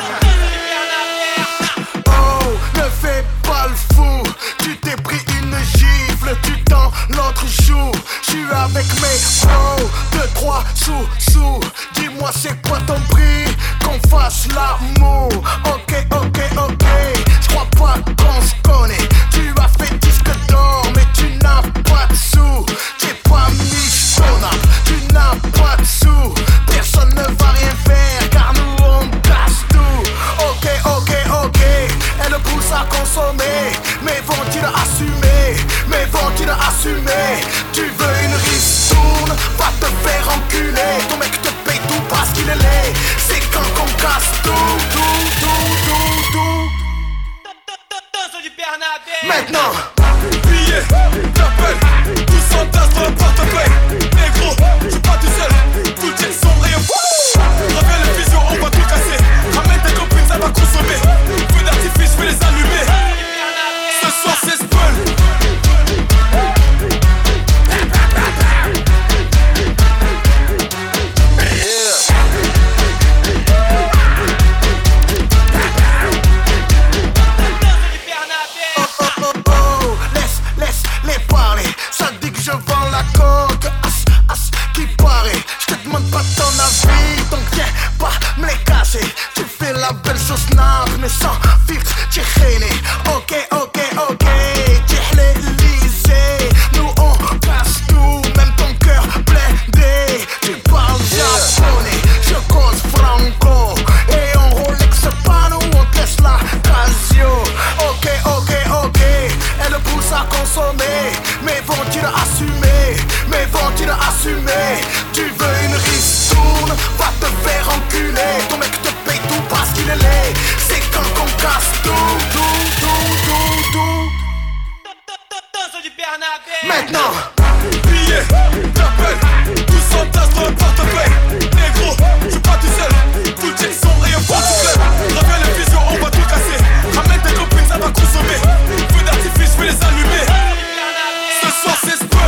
[SPEAKER 12] Oh, ne fais pas le fou, tu t'es pris une gifle, tu tends l'autre joue. J'suis avec mes pros, deux, trois sous, sous. Dis-moi c'est quoi ton prix, qu'on fasse l'amour. Ok, ok, ok, j'crois pas qu'on se connaît. Tu as fait disque d'or, mais tu n'as pas de sous. T'es pas michetonnable, tu n'as pas de sous. Personne ne va rien faire, car nous on casse tout. Ok, ok, ok, elle pousse à consommer. Mais vont-ils assumer, mais vont-ils assumer? Tu veux une ristourne, va te faire enculer. Ton mec te paye tout parce qu'il est laid. C'est quand qu'on casse tout, tout, tout, tout, tout. Maintenant,
[SPEAKER 22] billets, l'appel, tout s'entasse dans le portefeuille. Négro, je suis pas tout seul, tout le son et fou. Reviens le vision, on va tout casser. Ramène tes copines, ça va consommer. Feux d'artifice, je vais les allumer. Ce soir c'est Spell.
[SPEAKER 12] Mais sans filtre, t'es rené. Ok, ok, ok, t'es l'Elysée. Nous on casse tout, même ton cœur blindé. Tu parles japonais, je cause franco. Et en Rolex pas nous, on te laisse la Casio. Ok, ok, ok, elle pousse à consommer. Mais vont-ils assumer, mais vont-ils assumer? Tu veux une ristourne, va te faire enculer. Ton mec te paye tout parce qu'il est laid. C'est quand qu'on casse tout, tout, tout, tout, tout. Maintenant,
[SPEAKER 22] billets, l'appel, tout s'entasse dans le portefeuille. Négro, je suis pas tout seul, tout le son et un fond tout club. Reviens le vision, on va tout casser. Ramène tes copines, ça va consommer. Feux d'artifice, je vais les allumer. Ce soir c'est Spell.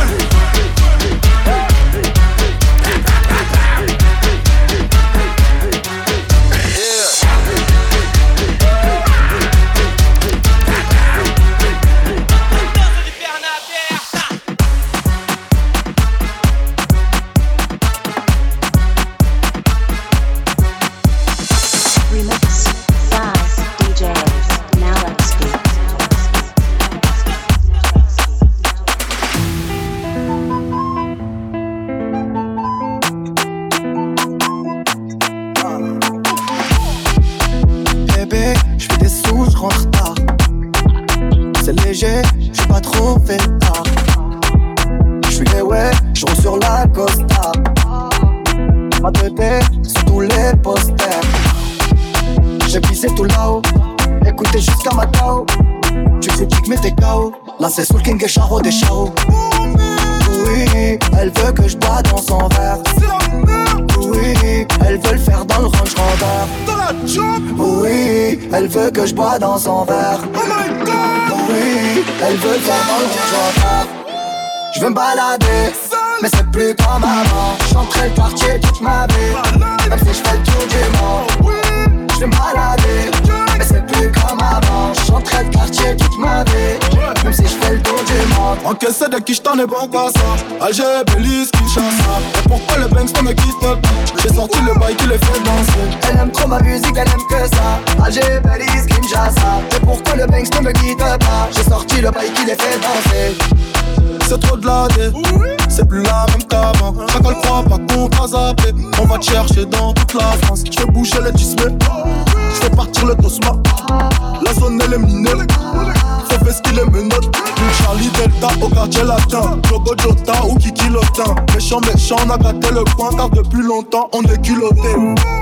[SPEAKER 2] fait tard. J'suis les ouais, j'roule sur la Costa. Ma bébé sur tous les posters. J'ai pissé tout là-haut, écoutez jusqu'à ma tao. Tu critiques mais t'es K O. Là c'est Soul King et Charo des Charo. Oui, elle veut que je bois dans son verre. Oui, elle veut le faire dans le Range Rover. Oui, elle veut que je bois dans son verre. Oui, elle veut le faire dans le Range Rover. Je veux me balader, mais c'est plus comme avant. J'entrais le quartier toute ma vie, même si je fais le tour du monde. Je veux me balader, mais c'est plus comme avant. J'entrais le quartier toute ma vie, même si je fais le tour du monde.
[SPEAKER 1] Encaissé de qui j't'en ai bon qu'à ça. Alger, Belize, Kinshasa. Et pourquoi le Banks ne me quitte pas? J'ai sorti le bail qui les fait danser.
[SPEAKER 2] Elle aime trop ma musique, elle aime que ça. Alger, Belize, Kinshasa. Et pourquoi le Banks ne me quitte pas? J'ai sorti le bail qui les fait danser.
[SPEAKER 1] C'est trop de la dé, c'est plus la même qu'avant. Chacal croit pas qu'on t'a zappé. On va te chercher dans toute la France. J'fais bouger les tismés, j'fais partir le tosma. La zone elle est minée, faut faire ce qu'il est menottes. Charlie Delta au quartier latin, Jogo Jota ou Kiki Lotin. Méchant méchant on a gâté le coin car depuis longtemps on est culotté.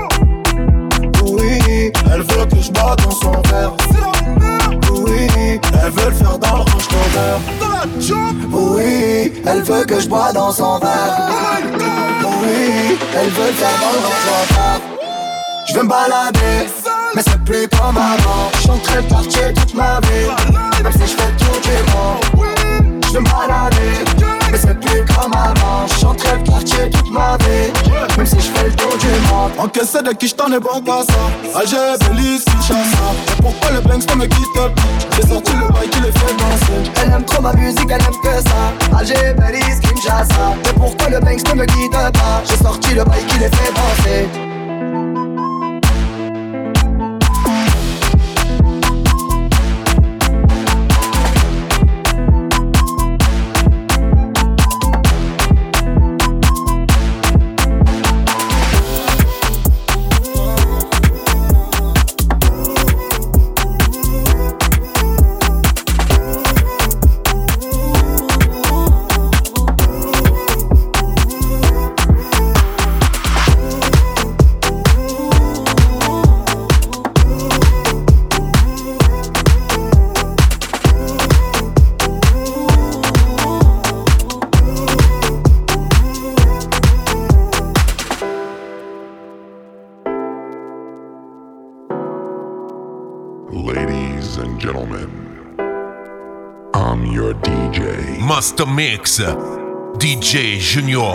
[SPEAKER 2] Oui,
[SPEAKER 1] elle veut que je bois dans son verre.
[SPEAKER 2] Oui,
[SPEAKER 1] elle veut le faire dans le Range Rover.
[SPEAKER 2] Oui, elle veut que je bois dans son verre. Oui, elle veut le faire dans le Range Rover. Je veux me balader, mais c'est plus comme avant. J'entrais le quartier toute ma vie, même si je fais le tour du monde. Je veux me balader, mais c'est plus comme avant. J'entrais le quartier toute ma vie, même si je fais le tour du monde.
[SPEAKER 1] Encaissé de qui j't'en ai bon qu'à ça. Alger, Belize, Kinshasa. Et pourquoi le Banks ne me quitte pas? J'ai sorti le bail qui les fait danser.
[SPEAKER 2] Elle aime trop ma musique, elle aime que ça. Alger, Belize, Kinshasa. Et pourquoi le Banks ne me quitte pas? J'ai sorti le bail qui les fait danser.
[SPEAKER 5] Master Mix, D J Junior.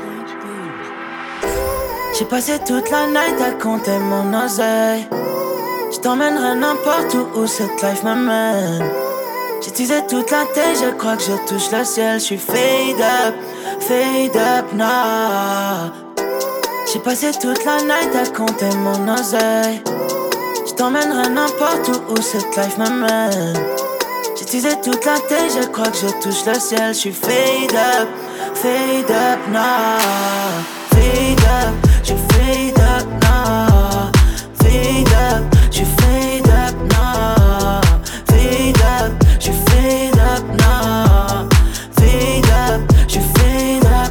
[SPEAKER 6] J'ai passé toute la night à compter mon oseille. Je t'emmènerai n'importe où où cette life m'amène. J'ai teasé toute la tête, je crois que je touche le ciel. Je suis fade up, fade up now. J'ai passé toute la night à compter mon oseille. Je t'emmènerai n'importe où où cette life m'amène. J'ai teasé toute la tête, je crois que je touche le ciel. Je suis fade up, fade up now. Fade up, je fade up now. Fade up, je fade up now. Fade up, je fade up now. Fade up, je fade up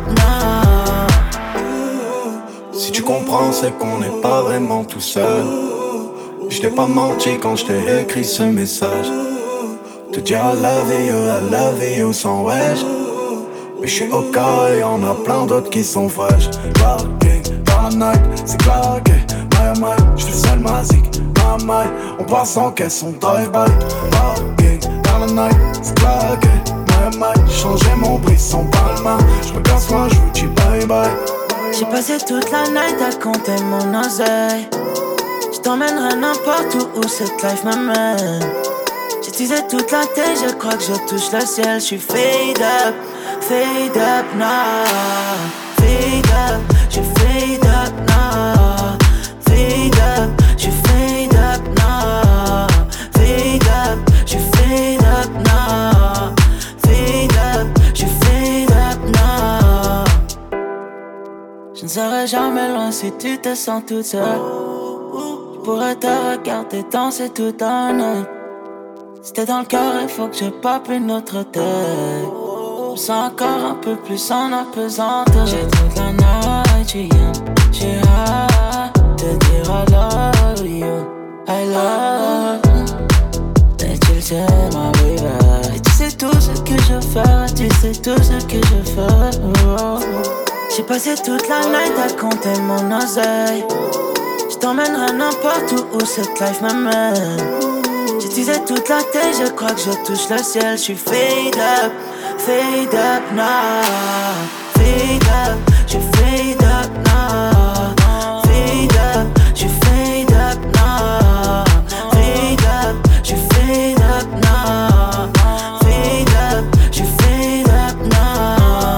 [SPEAKER 6] now.
[SPEAKER 23] Si tu comprends, c'est qu'on n'est pas vraiment tout seul. Je t'ai pas menti quand je t'ai écrit ce message. Te dire I love you, I love you sans wesh. Mais j'suis au cas et y'en a plein d'autres qui sont fraîches. Clarking, dans la night, c'est claqué. My my, j'fais seul ma zik, my my. On passe en caisse, on drive-by. Clarking, dans la night, c'est claqué. My my, j'ai changé mon brisson palma. J'me casse moi, j'vous dis bye bye.
[SPEAKER 6] J'ai passé toute la night à compter mon oseille. J't'emmènerai n'importe où où cette life m'amène. J'ai teasé toute la tête, je crois que je touche le ciel. Je suis fade up, fade up now. Fade up, je fade up now. Fade up, je fade up now. Fade up, je fade up now. Fade up, je fade up now. Je ne serai jamais loin si tu te sens toute seule. Je pourrais te regarder danser tout un night. C'était dans le cœur, il faut que je pape une autre tête. Je me sens encore un peu plus en apesanteur. J'ai toute la night, tu viens, j'ai hâte de dire I love you, I love you. Et tu le sais, ma baby. Et tu sais tout ce que je fais, tu sais tout ce que je fais. Oh. J'ai passé toute la night à compter mon oseille. Je t'emmènerai n'importe où, où cette life m'amène. J'utilisais toute la tête, je crois que je touche le ciel. J'suis fade up, fade up now. Fade up, j'suis fade up now. Fade up, j'suis fade up now. Fade up, j'suis fade up now. Fade up, j'suis fade up now.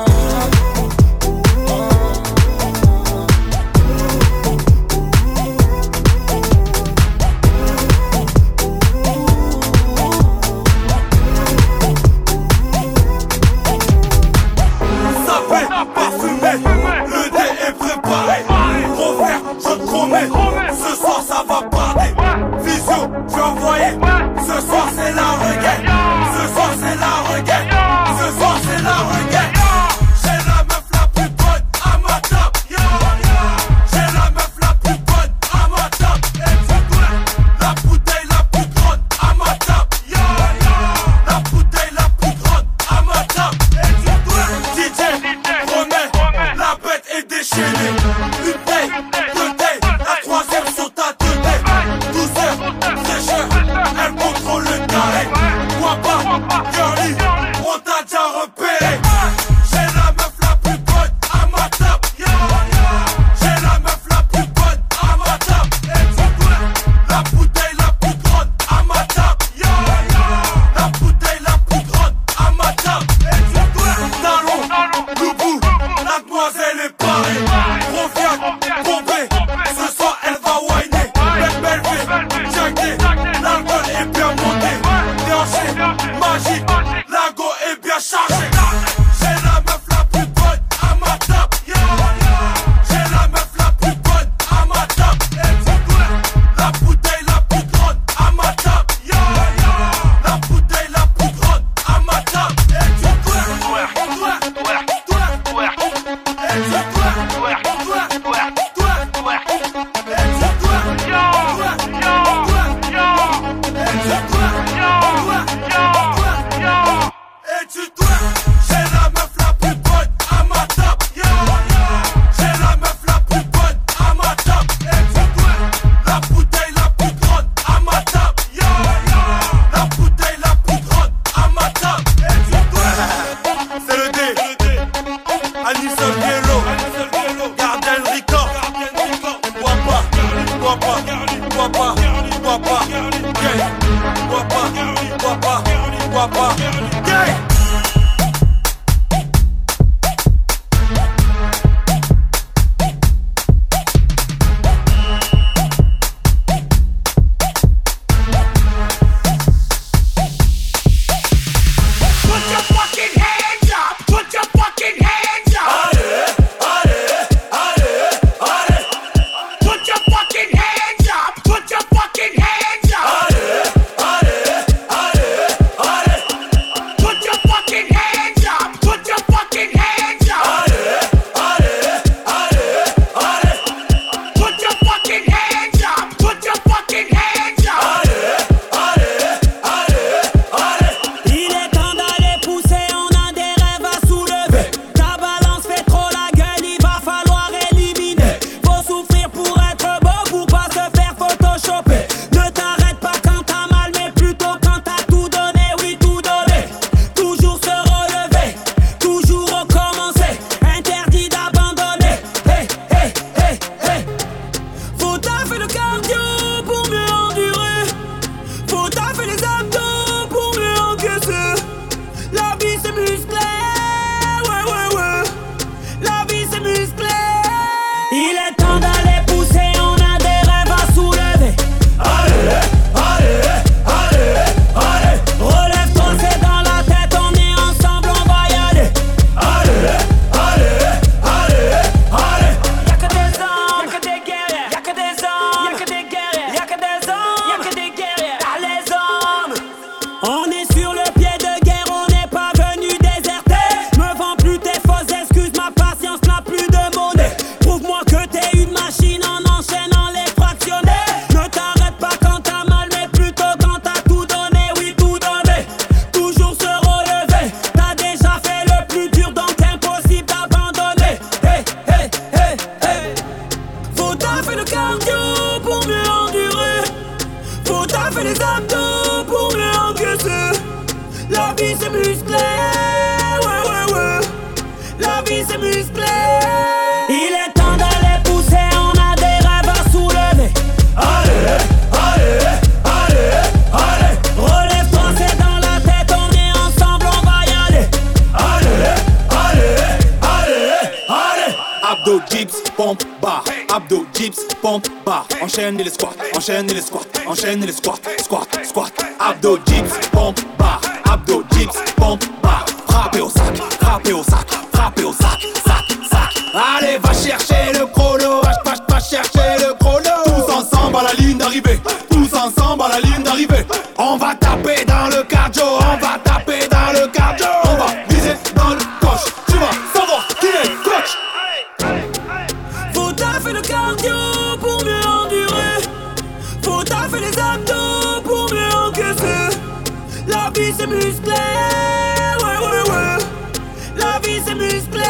[SPEAKER 22] Ce soir ça va parler. Visio, je vais envoyer. Ce soir c'est la regaine. Ce soir c'est la regaine. Ce soir c'est la regaine. J'ai la meuf la plus bonne à ma table. J'ai la meuf la plus bonne à ma table. La bouteille la plus grande à ma table. La bouteille la plus grande à ma table. D J, remets, la bête est déchaînée. Une taille, deux tailles. Troisième sur ta tête, douceur, fraîcheur, elle contrôle le carré.
[SPEAKER 1] bar, abdos, dips, pompe, bar. Enchaîne les squats, enchaîne les squats, enchaîne les squats, squat, squat. Abdos, dips, pompe, bar, abdos, dips, pompe, bar. Frappez au sac, frappez au sac, frappez au sac, sac, sac. Allez, va chercher le chrono, va, va, va chercher le chrono. Tous ensemble à la ligne d'arrivée, tous ensemble à la ligne d'arrivée. On va taper dans le cardio, on va taper dans le cardio. On va viser dans le coche, tu vas savoir qui est le coach.
[SPEAKER 6] Faut taffer le cardio pour mieux endurer. Faut taffer les abdos pour mieux encaisser. La vie c'est musclé, ouais ouais ouais. La vie c'est musclé.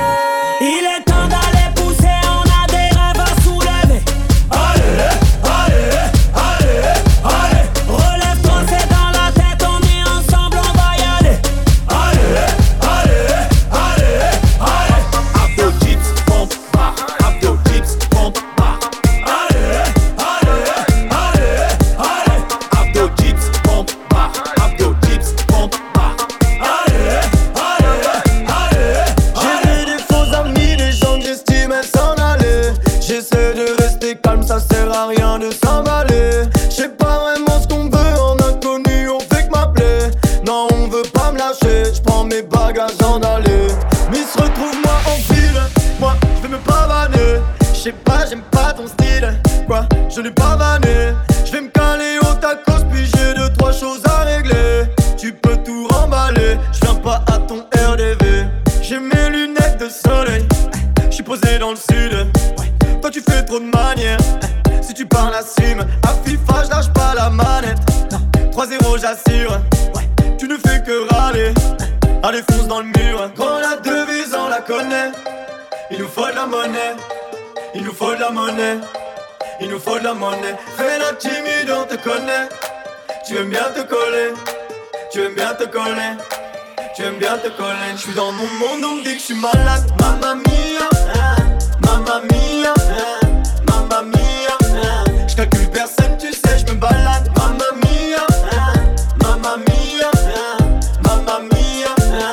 [SPEAKER 6] Il est temps d'aller pousser, on a des rêves à soulever. Allez, allez, allez, allez. Relève-toi, c'est dans la tête, on est ensemble, on va y aller. Allez, allez, allez, allez.
[SPEAKER 1] Abdos, dips, pompe, bar. Abdos, dips, pompe, bar.
[SPEAKER 6] Allez, allez, allez, allez.
[SPEAKER 1] Abdos, dips, pompe, bar. Abdos, dips, pompe, bar.
[SPEAKER 6] Allez, allez, allez.
[SPEAKER 7] J'ai vu des faux amis, des gens que j'estimais s'en aller. J'essaie de rester calme, ça sert à rien de s'emballer. J'sais pas vraiment ce qu'on veut, en inconnu on fait que m'appeler. Non, on veut pas me lâcher, j'prends mes bagages en aller. Mais se retrouve moi en ville, moi j'vais me pavaner. J'sais pas, j'aime pas ton style, quoi, je l'ai pas vanné. J'vais me caler au tacos, puis j'ai deux trois choses à régler. Tu peux tout remballer, j'viens pas à ton R D V. J'ai mes lunettes de soleil, j'suis posé dans le sud. Toi tu fais trop de manières, si tu parles assume. À FIFA j'lâche pas la manette, trois zéro j'assure. Tu ne fais que râler, allez fonce dans le mur. Quand la devise on la connaît, il nous faut de la monnaie. Il nous faut de la monnaie, il nous faut de la monnaie. Fais la timide, on te connaît. Tu aimes bien te coller, tu aimes bien te coller, tu aimes bien te coller. Je suis dans mon monde, on me dit que je suis malade. Mamma mia, mamma mia, mamma mia. Je calcule personne, tu sais, je me balade. Mamma mia, mamma mia, mamma mia,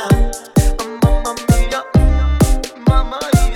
[SPEAKER 7] mamma mia, mamma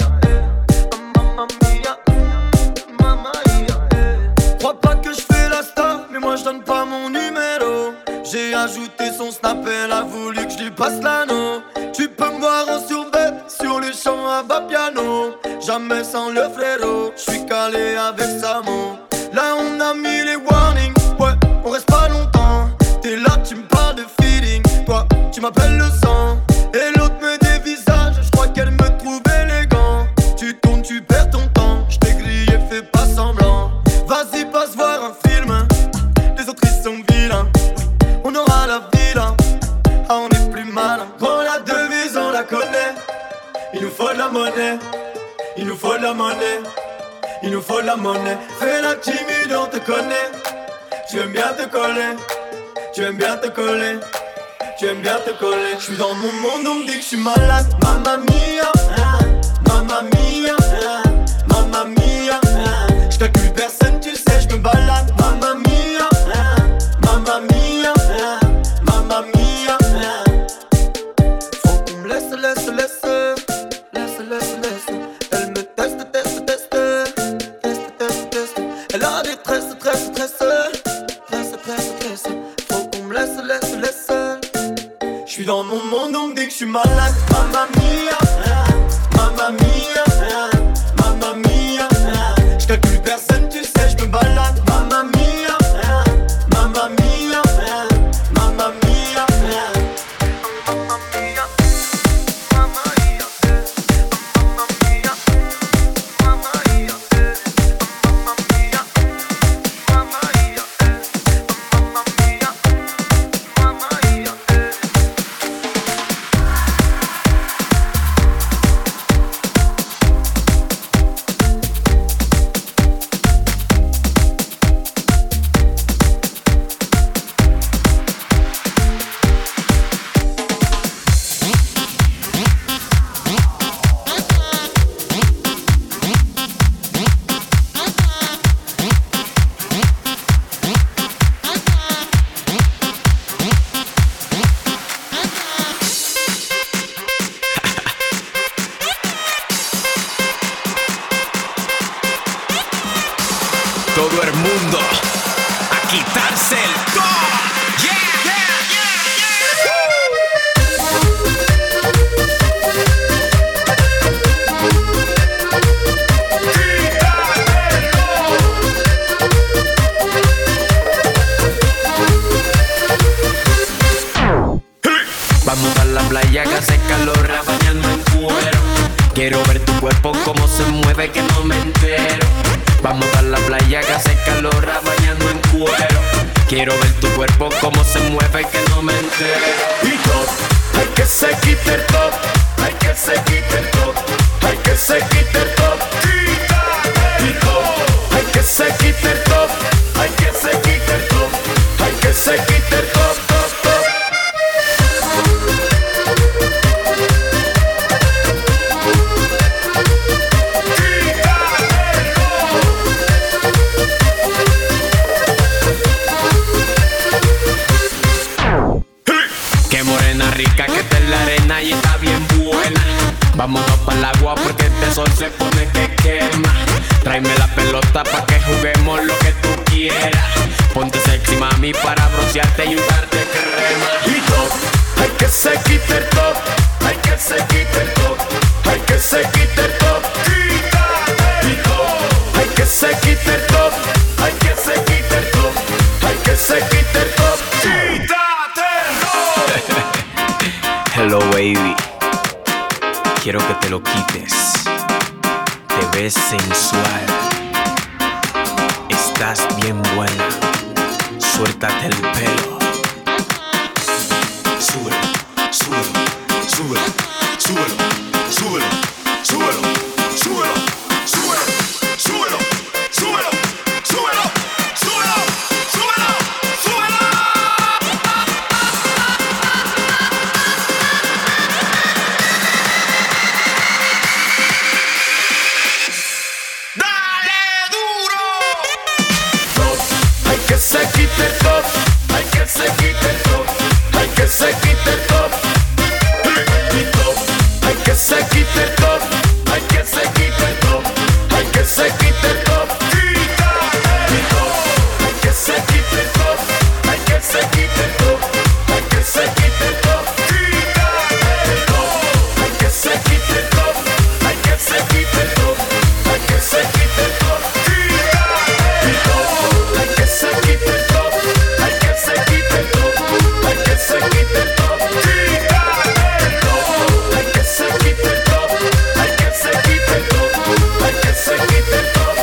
[SPEAKER 7] mia, mamma mia. Crois pas que je fais la star, mais moi je donne pas mon numéro. J'ai ajouté son snap, elle a voulu que je lui passe l'anneau. Tu peux me voir en survêt, sur le champ à bas piano. Jamais sans le frérot, je suis calé avec Samo. Là on a mis les warnings, ouais, on reste pas longtemps. T'es là, tu me parles de feeling, toi, tu m'appelles le sang. Et l'autre me dévisage, je crois qu'elle me trouve élégant. Tu tournes, tu perds ton temps, je t'ai grillé, fais pas semblant. Vas-y, passe voir un film, les autres ils sont vilains. On aura la ville, ah on est plus malin. Quand la devise on la connaît, il nous faut de la monnaie, il nous faut de la monnaie, il nous faut de la monnaie. Fais la timide, on te connaît. Tu aimes bien te coller, tu aimes bien te coller, tu aimes bien te coller. Je suis dans mon monde, on me dit que je suis malade. Mamma mia, mamma mia, mamma mia. Je calcule personne, tu sais, je me balade. Mamma mia, mamma mia, mamma mia. Faut qu'on me laisse, laisse, laisse, laisse, laisse, laisse. Elle me teste, teste, teste, teste, teste, teste. Elle a des tresses, tresses, tresses, tresses, tresses, tresses. Faut qu'on me laisse, laisse, laisse. Je suis dans mon monde, on me dit que je suis malade. Mamma mia, mamma mia, mamma mia. Je calcule personne, tu sais, je me balade. Mamma mia, mamma mia, mamma mia, mamma mia.
[SPEAKER 8] playa que hace calor, bañando en cuero. Quiero ver tu cuerpo como se mueve, que no me entero. Vamos a la playa que hace calor, bañando en cuero. Quiero ver tu cuerpo como se mueve, que no me entero. Y top, hay que se quite el top, hay que se quite el top, hay que se quite el top. Y top, hay que se quite el top, hay que se quite el top, hay que se quite el top, top, top. Qué morena rica que está en la arena y está bien buena. Vámonos pa'l agua porque este sol se pone que quema. Tráeme la pelota pa' que juguemos lo que tú quieras. Ponte sexy mami para broncearte y untarte crema. Y top, hay que se quite el top, hay que se quite el top, hay que se quite el top. Y top, hay que se quite el top, hay que se quite el top, hay que se quite el top. Hello baby, quiero que te lo quites. Te ves sensual, estás bien buena. Suéltate el pelo. Súbelo, súbelo, súbelo, súbelo, súbelo, súbelo, súbelo, súbelo, súbelo, súbelo, súbelo, súbelo, súbelo, súbelo. Hay que se quite el top, hay que se quite el top, hay que se quite el top. Y top, hay que se quite el top, hay que se quite el top, hay que se quite el top. Y top, hay que se quite el top, hay que se quite el top, hay que se quite el top. Y top, hay que se quite el top, hay que se quite el top, hay que se quite el top. Y top, hay que se quite el top, hay que se quite el top, hay que se quite el top. Hay que se quite el top, hay que se quite el top, hay que se quite el top.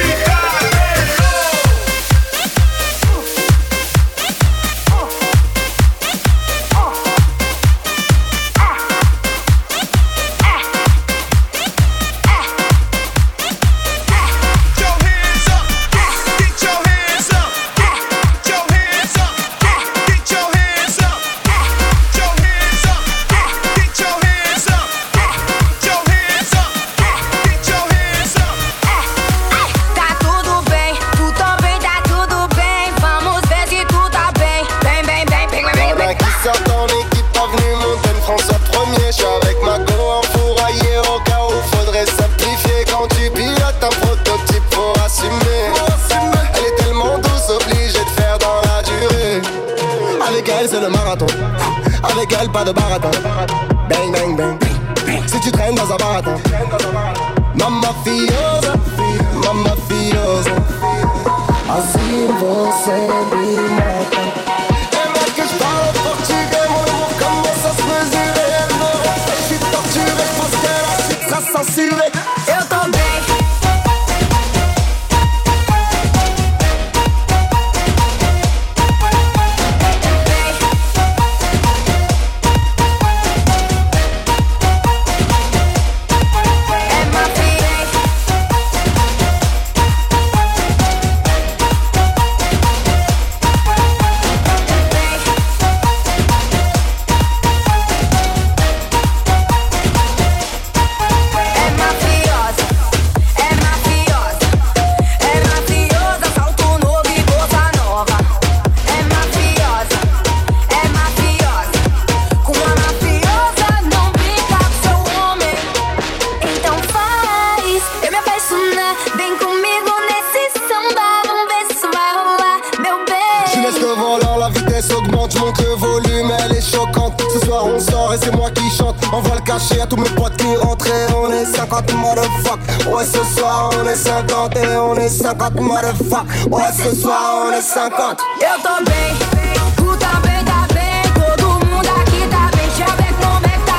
[SPEAKER 2] C'est le marathon, avec elle pas de baratin. Bang bang bang, si tu traînes dans un baratin. Mamma fiosa, mamma fiosa, assim você me mata. Et moi que je parle portugais, mon amour, comment ça se faisait réellement? Je suis torturé, je pense que la suite sera censurée. Eu também. C'est moi qui chante, envoie le cachet à tous mes potes qui rentrent. On est cinquante motherfuck. Ouais ce soir on est cinquante et on est cinquante motherfuck. Ouais ce soir on est cinquante. Eu tô bem, tu também tá bem, todo mundo aqui tá bem. Chave com mec tá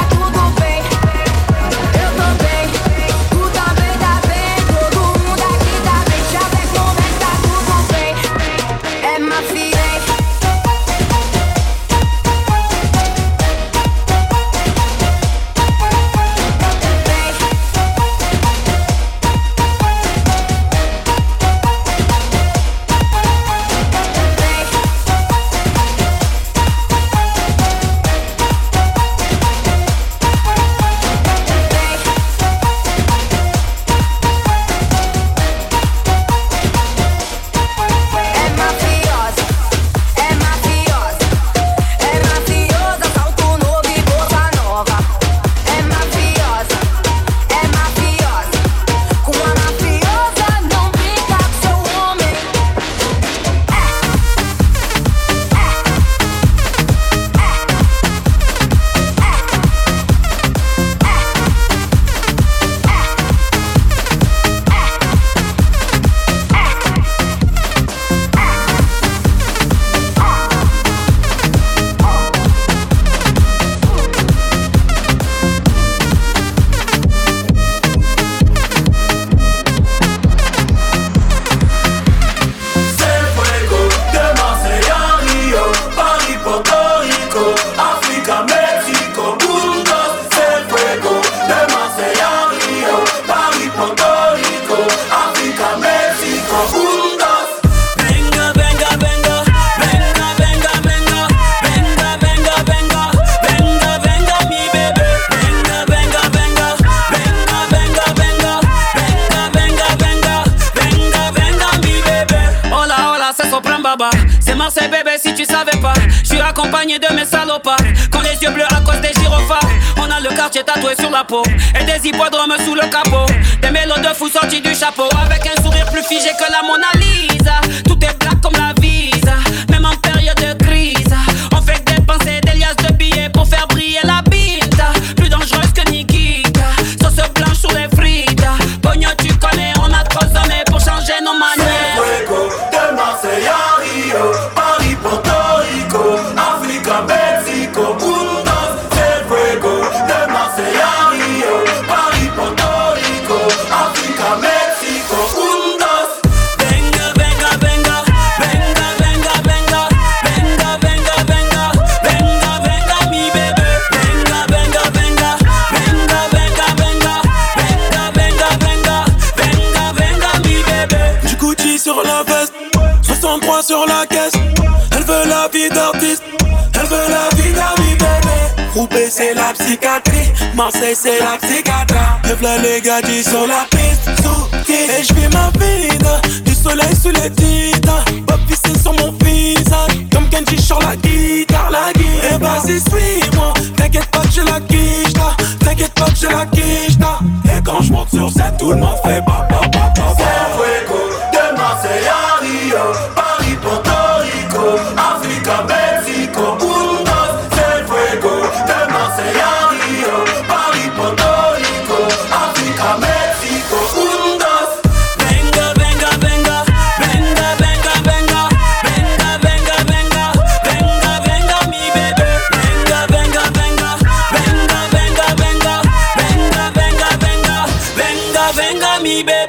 [SPEAKER 15] savais pas. Je suis accompagné de mes salopards, quand les yeux bleus à cause des gyrophares. On a le quartier tatoué sur la peau et des hippodromes sous le capot. Des mélos de fous sortis du chapeau, avec un sourire plus figé que la Mona Lisa. Tout est black comme la visa, même en période de crise. On fait dépenser des liasses de billets pour faire briller la bite. Plus dangereuse que Nikita, sauce blanche sur les frites. Pogno tu connais, on a trop sonné pour changer nos manières.
[SPEAKER 8] Fuego, de Marseille à Rio, Paris, Porto Rico, Africa, Mexico, Bundos. C'est fuego, de Marseille à Rio, Paris, Porto Rico, Africa, Mexico, Bundos.
[SPEAKER 15] Venga, venga, venga, venga, venga, venga, venga, venga, venga, venga, venga, mi bébé. Venga, venga, venga, venga, venga, venga, venga, venga, venga, venga, venga, mi bébé.
[SPEAKER 13] Du Gucci sur la veste, soixante-trois sur la caisse. Elle veut la vie d'artiste, elle veut la vie d'un mi bébé. Roubaix c'est la psychiatrie, Marseille c'est la psychiatrie. Et v'là les gadgets sur la piste, sous et j'vis ma vie, du soleil sous les titres. Bob vissé sur mon visage, comme Kenji sur la guitare, la guitare. Et vas-y suis-moi, t'inquiète pas que j'ai la quiche là, t'inquiète pas que j'ai la quiche là. Et quand je monte sur scène, tout le monde fait ba ba ba ba.
[SPEAKER 8] C'est fuego, de Marseille à Rio, Paris, Porto Rico, Africa, Mexico, Bundos. C'est fuego, de Marseille à Rio, Paris, Porto Rico, Africa, Mexico, Bundos.
[SPEAKER 15] Venga, venga, venga, venga, venga, venga, venga, venga, venga, venga, venga, mi bébé. Venga, venga, venga, venga, venga, venga, venga, venga, venga, venga, venga, mi bébé.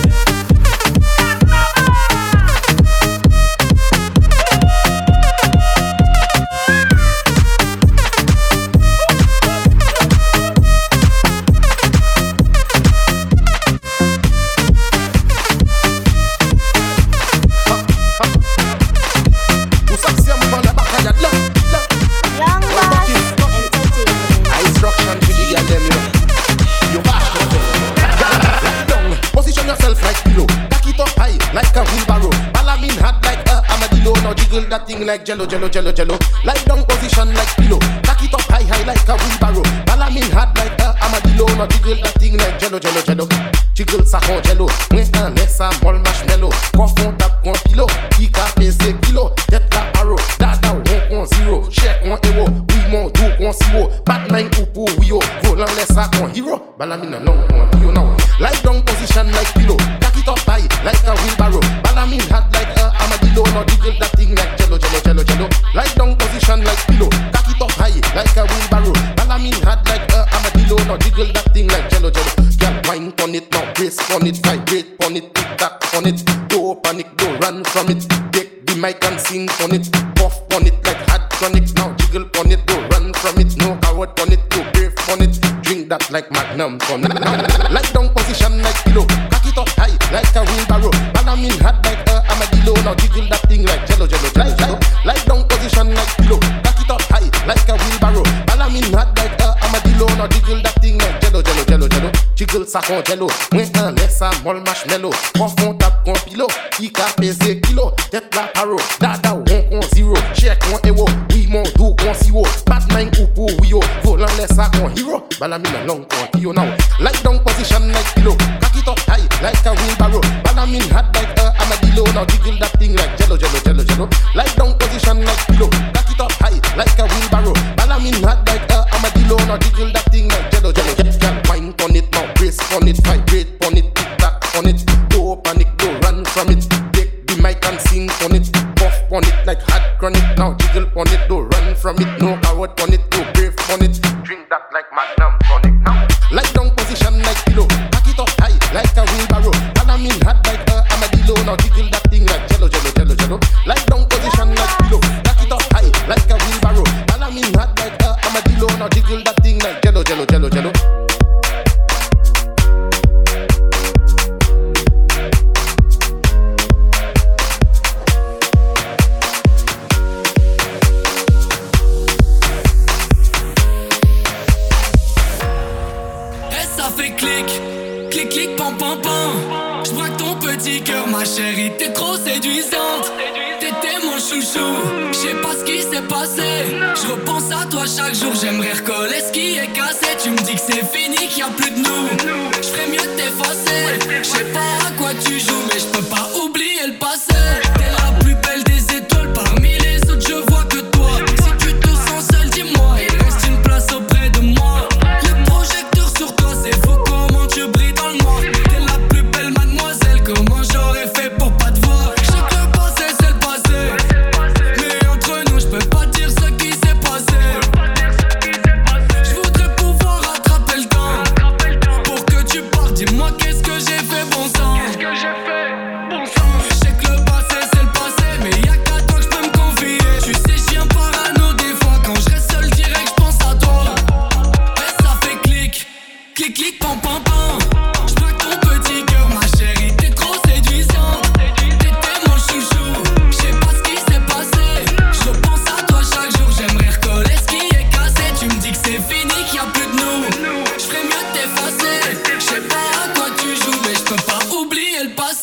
[SPEAKER 2] Position yourself like pillow, back it up high like a wheelbarrow. Balamin hard like a armadillo. Now jiggle that thing like jello, jello, jello, jello. Lie down position like pillow, back it up high, high like a wheelbarrow. Balamin hard like a armadillo. Now jiggle that thing like jello, jello, jello. Jiggle ça con jello, moins un laisse à molle marshmallow. Confond tape con pilo, qui ka pèse kilo. Tête la paro, dada one con zero. Check on héros, oui mon do con siro. Batman ou pour wio, volant laisse à con hero. Balamin non con pio now. Lie down position like pillow, back it up high like a wheelbarrow. Balamin hard like a armadillo. Now jiggle that thing like jello, jello, jello, jello. Lie down position like pillow, back it up high like a wheelbarrow. Balamin hard like a armadillo. Now jiggle that thing like jello, jello. Girl wine on it now, brace on it, vibrate on it, tick tock on it. Don't panic, don't run from it. Take the mic and sing on it, puff on it like hard chronic. Now jiggle on it, don't run from it. No coward on it, don't brave on it. Drink that like Magnum on it. Lie down position like pillow, cock it up high like a wheelbarrow. Balamin hard like a armadillo. Now jiggle that thing like jello, jello, jello, jello. Lie down position like pillow, cock it up high like a wheelbarrow. Balamin hard like a armadillo. Now jiggle that thing like jello, jello, jello, jello. Jiggle ça con jello, moins un laisse à molle marshmallow. Confond tape con pilo, qui ka pèse kilo. Tête la paro, dada one con zero. Check on héros, oui mon do con siro. Batman ou pour wio, volant laisse à con hero. Balamin long con pio now. Lie down position like pillow, cock it up high like a wheelbarrow. Balamin hard like a armadillo. Now jiggle that thing like jello, jello, jello, jello. Lie down position like pillow, cock it up high like a wheelbarrow. Balamin hard like a armadillo. Now jiggle that thing like jello, jello, jello. Girl wine on it now, brace on it, vibrate on it, tick tock on it. Don't panic, don't run from it. Take the mic and sing on it, puff on it like hard chronic. Now jiggle on it, don't run from it. No coward on it, don't brave on it. Drink that like Magnum tonic now. Lie down position like pillow, back it up high like a wheelbarrow. Balamin hard like a armadillo. Now jiggle that thing like jello, jello, jello, jello. Lie down position like pillow, back it up high like a wheelbarrow. Balamin hard like a armadillo. Now jiggle that thing like jello, jello, jello, jello.
[SPEAKER 15] Clic clic pam pam pam. J'braque ton petit cœur, ma chérie, t'es trop séduisante. T'étais mon chouchou, j'sais pas ce le passé. Je repense à toi chaque jour, j'aimerais recoller ce qui est cassé. Tu me dis que c'est fini, qu'il y a plus de nous. Je ferais mieux de t'effacer. Je sais pas à quoi tu joues, mais je peux pas oublier le passé. T'es la plus belle des étoiles, parmi les autres je vois que toi. Si tu te sens seul, dis-moi, il reste une place auprès de moi. Le projecteur sur toi, c'est fou comment tu brilles dans le noir. T'es la plus belle mademoiselle, comment j'aurais fait pour pas te voir. Je sais que le passé c'est le passé, mais entre nous je peux pas dire ce qui s'est passé. Je voudrais pouvoir rattraper le temps pour que tu partes, dis-moi qu'est-ce que j'ai fait bon sang. Qu'est-ce que j'ai fait bon sang. Je sais que le passé c'est le passé, mais y'a qu'à toi que je peux me confier. Tu sais je viens parano des fois, quand je reste seul direct je pense à toi. Et ça fait clic, clic clic pam pam pam. Je braque ton petit cœur ma chérie, t'es trop séduisante. T'étais mon chouchou, je sais pas ce qui s'est passé. Je pense à toi chaque jour, j'aimerais recoller ce qui est cassé. Tu me dis que c'est fini, qu'il y a plus de nous. Je ferais mieux de t'effacer. Je sais pas à quoi tu joues, mais je peux pas oublier le passé.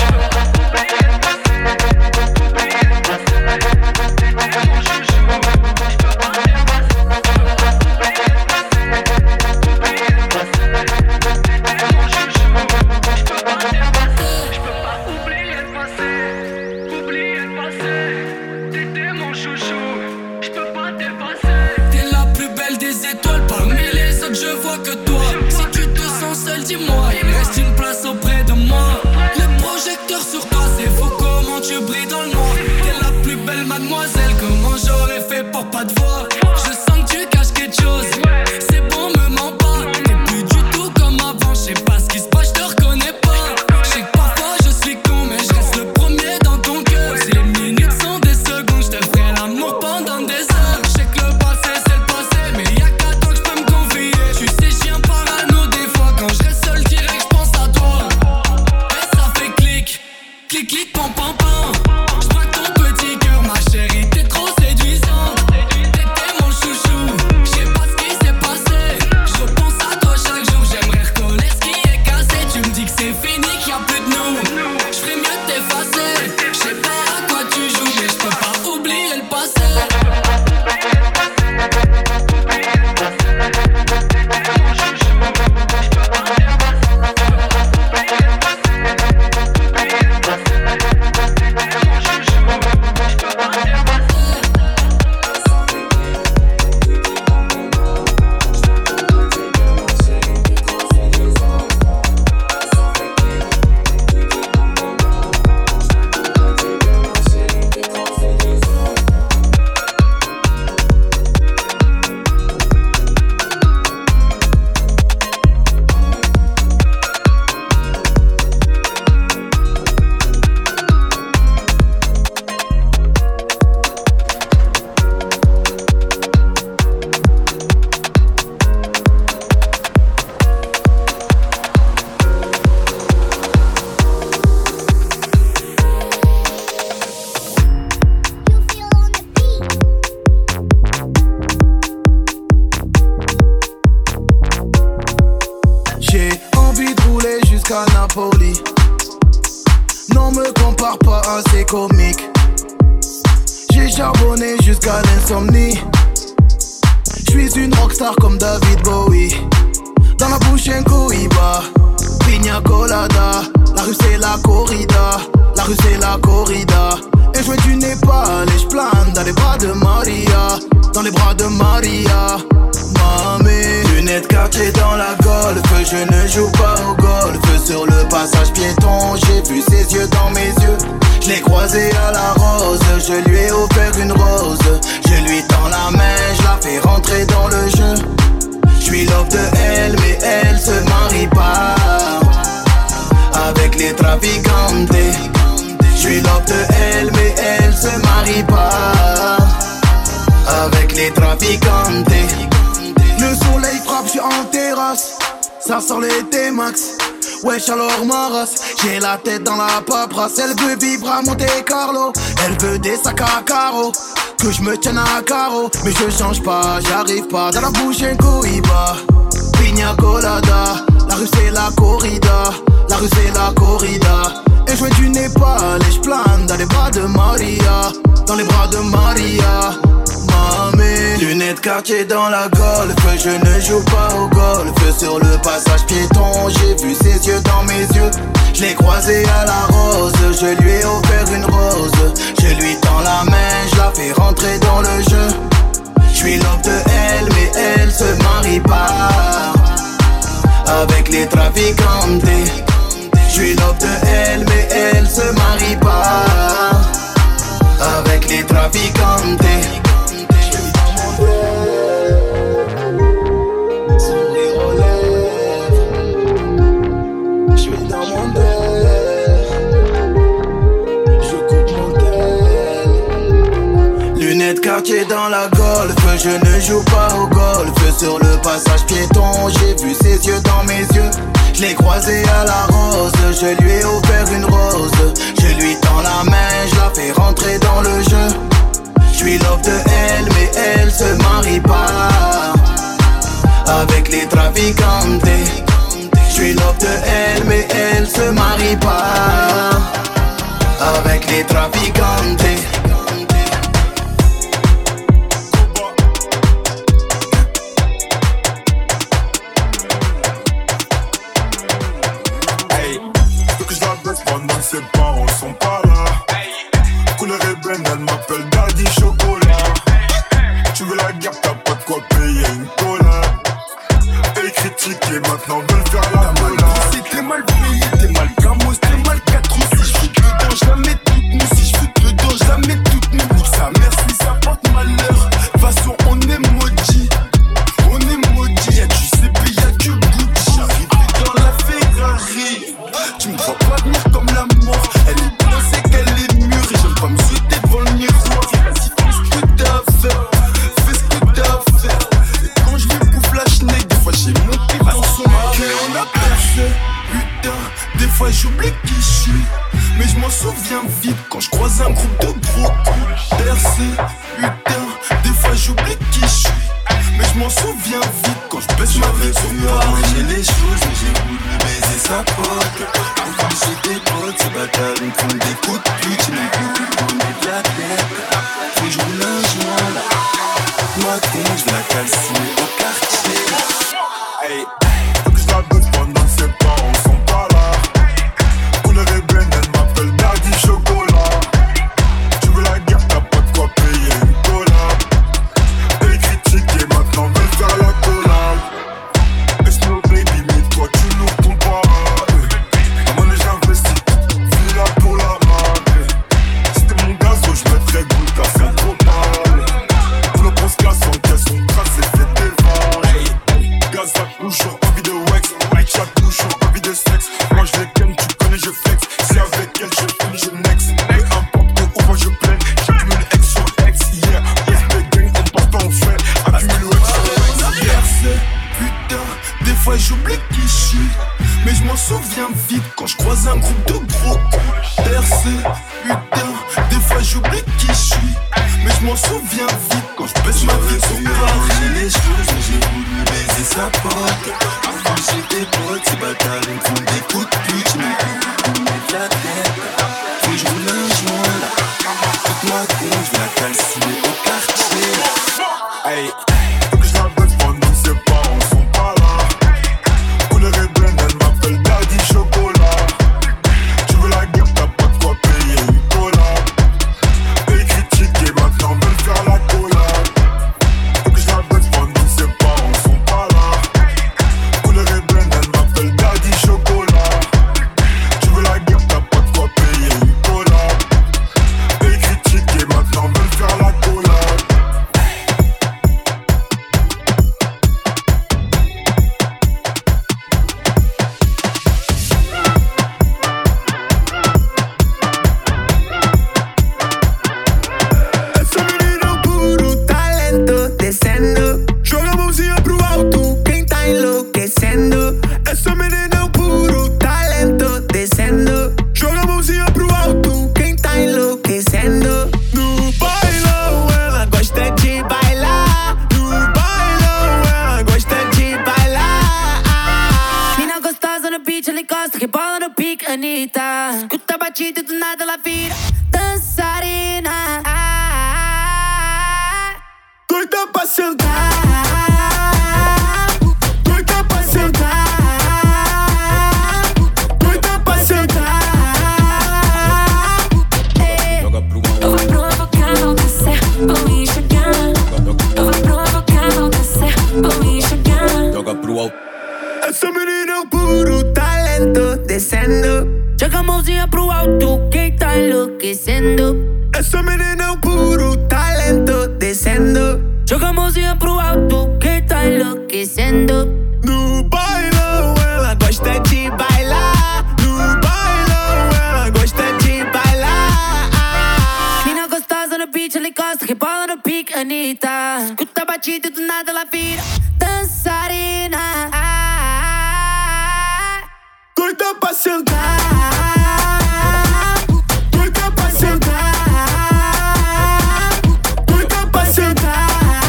[SPEAKER 15] T'es la plus belle des étoiles, parmi les autres je vois que toi. Si tu te sens seul, dis-moi, il reste une place auprès de moi. Le projecteur sur toi, c'est fou comment tu brilles dans le noir. T'es la plus belle mademoiselle, comment j'aurais fait pour pas te voir. Je sens que tu caches quelque chose, c'est bon me mens pas. T'es plus du tout comme avant, je sais pas ce qui se passe, je te reconnais pas. Je sais que parfois je suis con, mais je reste le premier dans ton cœur. Si les minutes sont des secondes, je te ferai l'amour pendant des heures. Je sais que le passé c'est le passé, mais y'a qu'à toi que je peux me confier. Tu sais je viens parano des fois, quand je reste seul direct je pense à toi. Et ça fait clic, clic clic pam pam pam. Je braque ton petit cœur ma chérie, t'es trop séduisante. T'étais mon chouchou, je sais pas ce qui s'est passé. Je repense à toi chaque jour, j'aimerais recoller ce qui est cassé. Tu me dis que c'est fini, qu'il y a plus de nous. Je ferais mieux de t'effacer. Je sais pas à quoi tu joues, mais je peux pas oublier le passé.
[SPEAKER 19] J'ai envie de rouler jusqu'à Napoli. Non me compare pas à ces comiques. J'ai charbonné jusqu'à l'insomnie. J'suis une rockstar comme David Bowie. Dans la bouche un cohiba, pina colada. La rue c'est la corrida, la rue c'est la corrida. Et je du Népal et j'plane dans les bras de Maria. Dans les bras de Maria, mamé. Lunettes quartier dans la golf, je ne joue pas au golf. Sur le passage piéton, j'ai vu ses yeux dans mes yeux. Je l'ai croisé à la rose, je lui ai offert une rose. Je lui tends la main, je la fais rentrer dans le jeu. Je suis love de elle, mais elle se marie pas avec les traficantes. Je suis love de elle, mais elle se marie pas avec les traficantes. Le soleil frappe, je suis en terrasse. Ça sort l'été max. Wesh alors ma race. J'ai la tête dans la paperasse. Elle veut vivre à Monte Carlo. Elle veut des sacs à carreaux, que je me tienne à carreau. Mais je change pas, j'arrive pas. Dans la bouche un cohiba, pina colada. La rue c'est la corrida, la rue c'est la corrida. Et je du Népal et je plane dans les bras de Maria. Dans les bras de Maria,
[SPEAKER 23] Lunettes quartier dans la golf, je ne joue pas au golf. Sur le passage piéton, j'ai vu ses yeux dans mes yeux. Je l'ai croisé à la rose, je lui ai offert une rose. Je lui tends la main, je la fais rentrer dans le jeu. Je suis l'homme de elle, mais elle se marie pas avec les traficantes. Je suis l'homme de elle, mais elle se marie pas avec les traficantes. Lunettes quartier dans la golf, je ne joue pas au golf. Sur le passage piéton, j'ai vu ses yeux dans mes yeux. Je l'ai croisé à la rose, je lui ai offert une rose. Je lui tends la main, je la fais rentrer dans le jeu. Je suis l'homme de elle, mais elle se marie pas avec les traficantes. Je suis l'homme de elle, mais elle se marie pas avec les traficantes.
[SPEAKER 4] Ses parents sont pas là. Couleur ébène, elle m'appelle Daddy Chocolat. Tu veux la guerre, t'as pas de quoi payer une collab. Et critiquer maintenant, veulent faire la mola.
[SPEAKER 1] T'es mal payé, t'es mal gamos, t'es mal quatre ou si je fais dedans, je la mets toute nue. Si je fais dedans, je la mets toute nue. Nique sa mère si ça porte malheur. De toute façon, on est maudit. On est maudit, y'a du C P, y'a du Gucci. J'arrive dans la Ferrari. Tu me vois pas venir comme la mort. Elle est pensée qu'elle est mûre. Et j'aime pas me jeter devant le miroir. Vas-y, fais ce que t'as à faire. Fais ce que t'as à faire. Et quand je lui bouffe la schneck, des fois j'ai monté dans son cœur. On a percé, putain. Des fois j'oublie qui je suis. Mais je m'en souviens vite quand je croise un groupe de gros coups. Percé, putain. Des fois j'oublie qui je suis. Mais je m'en souviens vite quand je baisse ma vie sur moi.
[SPEAKER 9] J'ai les choses, mais j'ai voulu baiser sa pote. Quand j'ai des potes, ces bâtards me font des coups de pute. J'ai même plus pu tourner de la tête. Faut que je roule un joint là. Moi con, je vais la calciner au quartier.
[SPEAKER 4] Hey, faut que je la baisse pendant ses parents sont pas là. Couleur ébène, elle m'appelle Daddy Chocolat. Tu veux la guerre, t'as pas de quoi payer une collab. Et critiquer maintenant, veulent faire la collab. Et Snow baby, mais toi tu lourds ton parade. La monnaie j'investis, file là pour la marque. Si t'es mon gazo, j'mettrais goût, t'as fait trop mal. Pour le pense casse en caisse, on trace et fait des vents. Gaz à couche, envie de wax. White chat couche, envie de sexe. Moi je les ken, tu connais, je flex. Si avec elle, je finis, je next. Peu importe où on va, je plaine. J'accumule X sur X, yeah. Yes, the gang, on part en fait. Accumule X sur X, yeah.
[SPEAKER 1] Putain, des fois j'oublie qui je suis. Mais je m'en souviens vite quand je croise un groupe de gros percé. Putain, des fois j'oublie qui je suis. Mais je m'en souviens vite quand je baisse ma vie sur moi.
[SPEAKER 9] J'ai les choses, mais j'ai voulu baiser sa pote. Quand j'ai des potes, ces bâtards me font des coups de pute. J'ai même plus pu tourner de la tête. Faut que je roule un joint là. Écoute-moi con, je vais la calciner au quartier.
[SPEAKER 4] Hey, faut que je la baisse pendant ses parents sont pas là. Couleur ébène, elle m'appelle Daddy Chocolat. Tu veux la guerre, t'as pas de quoi payer une collab. Et critiquer maintenant, veulent faire la collab. Faut que je la baisse pendant ses parents sont pas là. Couleur ébène, elle m'appelle Daddy Chocolat. Tu veux la guerre, t'as pas de quoi payer une collab. Et critiquer maintenant, veulent faire la collab.
[SPEAKER 12] Essa menina é um puro talento, descendo. Joga a mãozinha pro alto, quem tá enlouquecendo. Essa menina é um puro talento, descendo. Joga a mãozinha pro alto, quem tá enlouquecendo. No bailão ela gosta de bailar. No bailão ela gosta de bailar.
[SPEAKER 6] Mina gostosa no beat, ela encosta, que bola no pique, Anitta. Escuta a batida e do nada ela vira dançarina.
[SPEAKER 12] Doida apaixontar. Muito apaixontar. Muito apaixontar.
[SPEAKER 10] Eu vou provocar, vou descer, vou enxergar. Eu vou provocar, vou descer, vou enxergar.
[SPEAKER 12] Joga pro alto. Essa menina é um puro talento descendo.
[SPEAKER 6] Joga a mãozinha pro alto, quem tá enlouquecendo.
[SPEAKER 12] Essa menina é um puro talento descendo.
[SPEAKER 6] Joga a mãozinha pro alto, quem tá enlouquecendo.
[SPEAKER 12] No bailão ela gosta de bailar. No bailão ela gosta de bailar.
[SPEAKER 6] Mina gostosa no beat, ela encosta, rebola no pique, Anitta. Escuta a batida e do nada ela vira dançarina.
[SPEAKER 12] Doida pra sentar. Doida pra sentar. Doida pra sentar.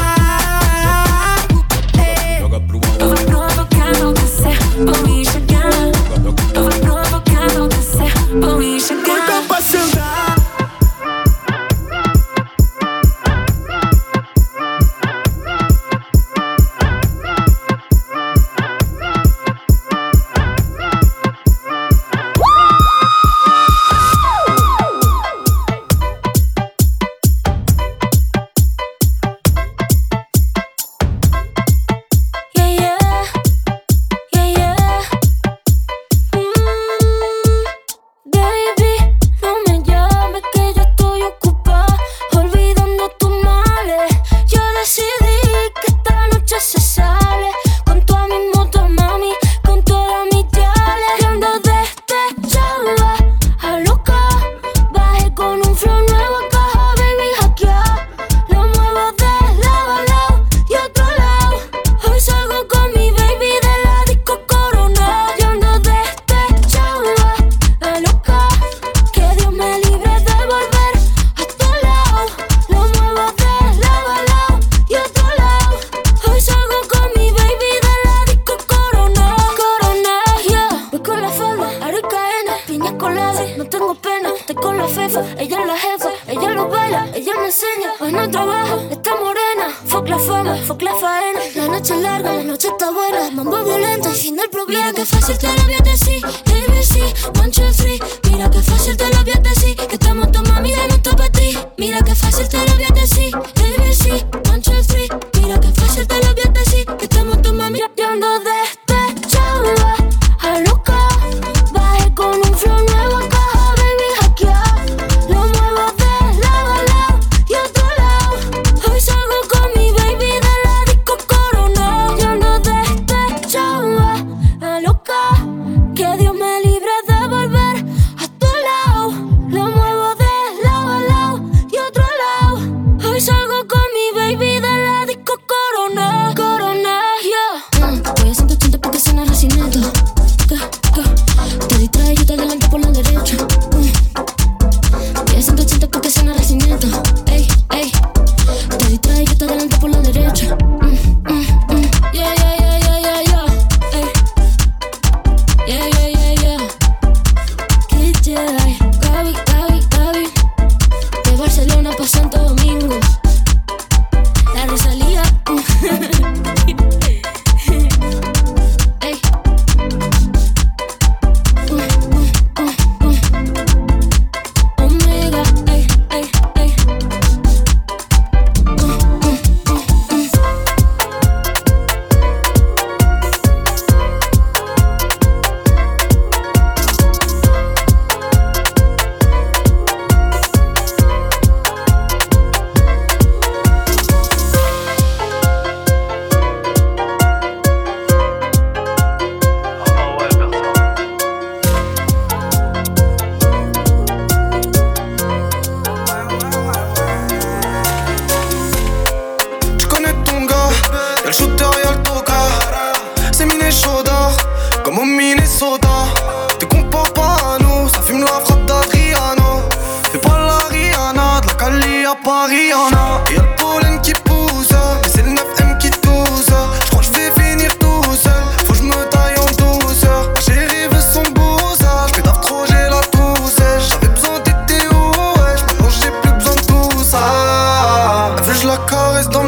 [SPEAKER 10] Eu vou provocar, vou descer, vou enxergar. Eu vou provocar, vou descer, vou enxergar.
[SPEAKER 12] Doida pra sentar.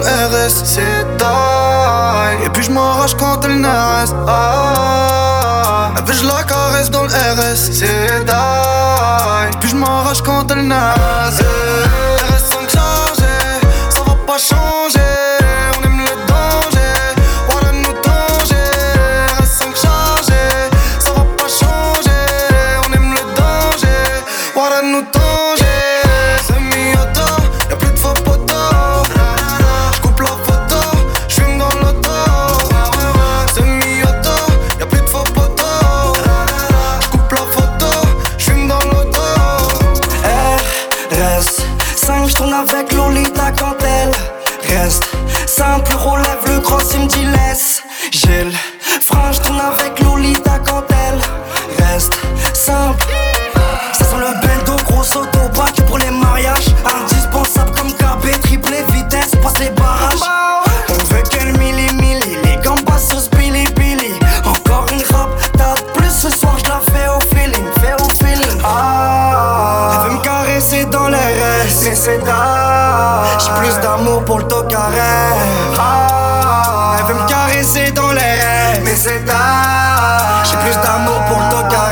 [SPEAKER 23] R S. C'est taille. Et puis je m'arrache quand elle ne reste. Ah, et puis je la caresse dans le R S. C'est taille. Et puis je m'arrache quand elle ne reste. R S cinq chargé, ça va pas changer. On aime le danger, voilà nous danger. R S cinq chargé, ça va pas changer. On aime le danger, voilà nous danger.
[SPEAKER 7] Avec Lolita quand elle reste simple, relève le cross, il me dit laisse. J'ai le frein, je tourne avec Lolita quand elle reste simple. Ça sent le bendo, grosse auto, pas que pour les mariages. Indispensable comme K B, triplé vitesse, passe les barrages. On veut qu'elle milli milli, les gambas sauce Billy Billy. Encore une rap, t'as plus ce soir, je la fais au feeling, fais au feeling. Ah, elle veut me caresser dans les restes, mais c'est tard. J'ai plus d'amour pour le tocaré. Ah, elle veut me caresser dans les restes, mais c'est tard. J'ai plus d'amour pour le tocaré.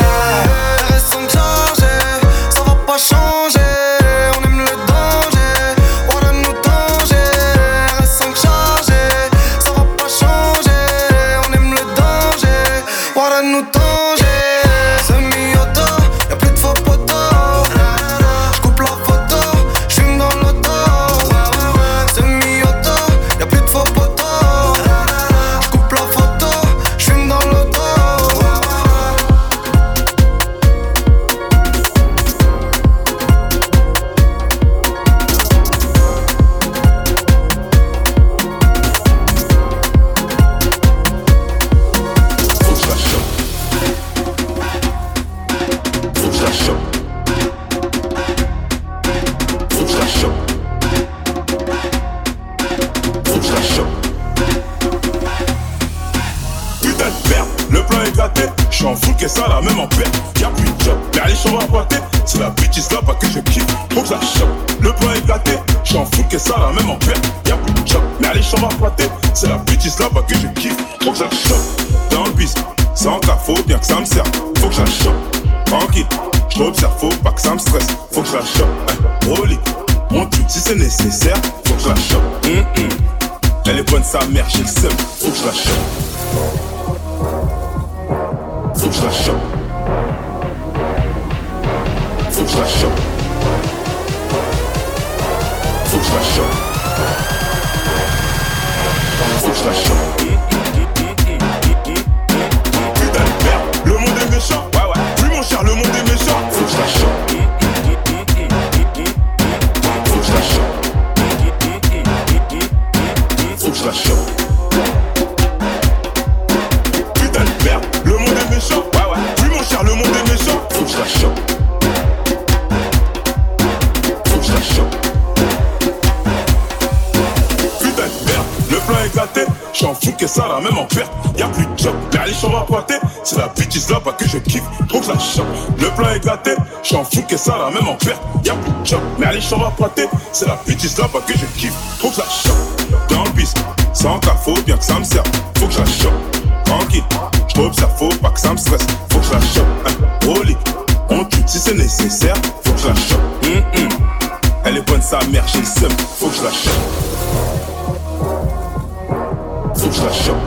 [SPEAKER 4] Bien que ça me serve, faut que je la chope. Tranquille, je l'observe, faut pas que ça me stresse. Faut que je la chope, hein, rolling. On tue si c'est nécessaire, faut que je la chope. mm -mm. Elle est bonne sa mère, j'ai le seum. Faut que je la chope. Faut que je la chope. Faut que je la chope. Faut que je la chope. Faut que je la chope. Ouais ouais, plus mon cher, le monde est méchant. Faut que je la chope. Faut que je la chope. Faut que je la chope. Putain de merde, le monde est méchant. Ouais ouais, plus mon cher, le monde est méchant. Faut que je la chope. Faut que je la chope. Putain de merde, le plan est gâté. J'en fous que ça la même en perte. Y'a plus de job, mais allez j'en vais pointer. C'est la bitch là-bas que je kiffe, trop que ça chope. Le plan est gâté, j'en fous que ça la même en perte. Y'a plus de job, mais allez j'en vais pointer. C'est la bitch là-bas que je kiffe, trop que ça chope. Dans le bis, sans cas, faut bien que ça me serve. Faut que je la chope, tranquille. Je t'observe, faut pas que ça me stresse. Faut que je la chope, hein, rolling. On tue si c'est nécessaire, faut que je la chope. mm -mm. Elle est bonne sa mère, j'ai le seum. Faut que je la chope. Faut que je la chope.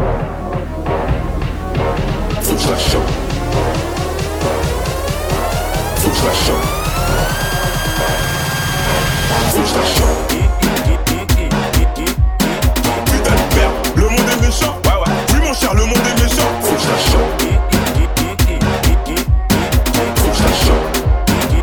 [SPEAKER 4] Faut que je la chope. Faut que je la chope. Faut que je la chope. Putain de merde, le monde est méchant. Ouais ouais, plus mon cher, le monde est méchant. Faut que je la chope. Faut que je la chope.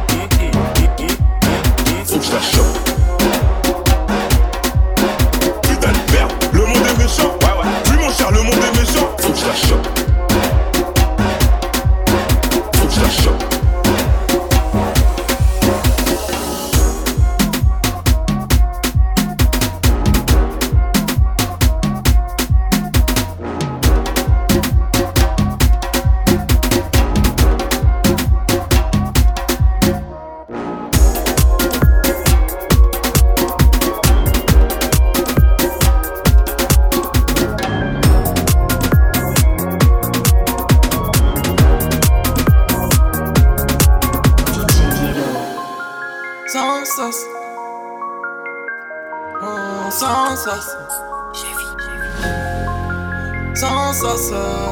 [SPEAKER 12] sas. Sans sas.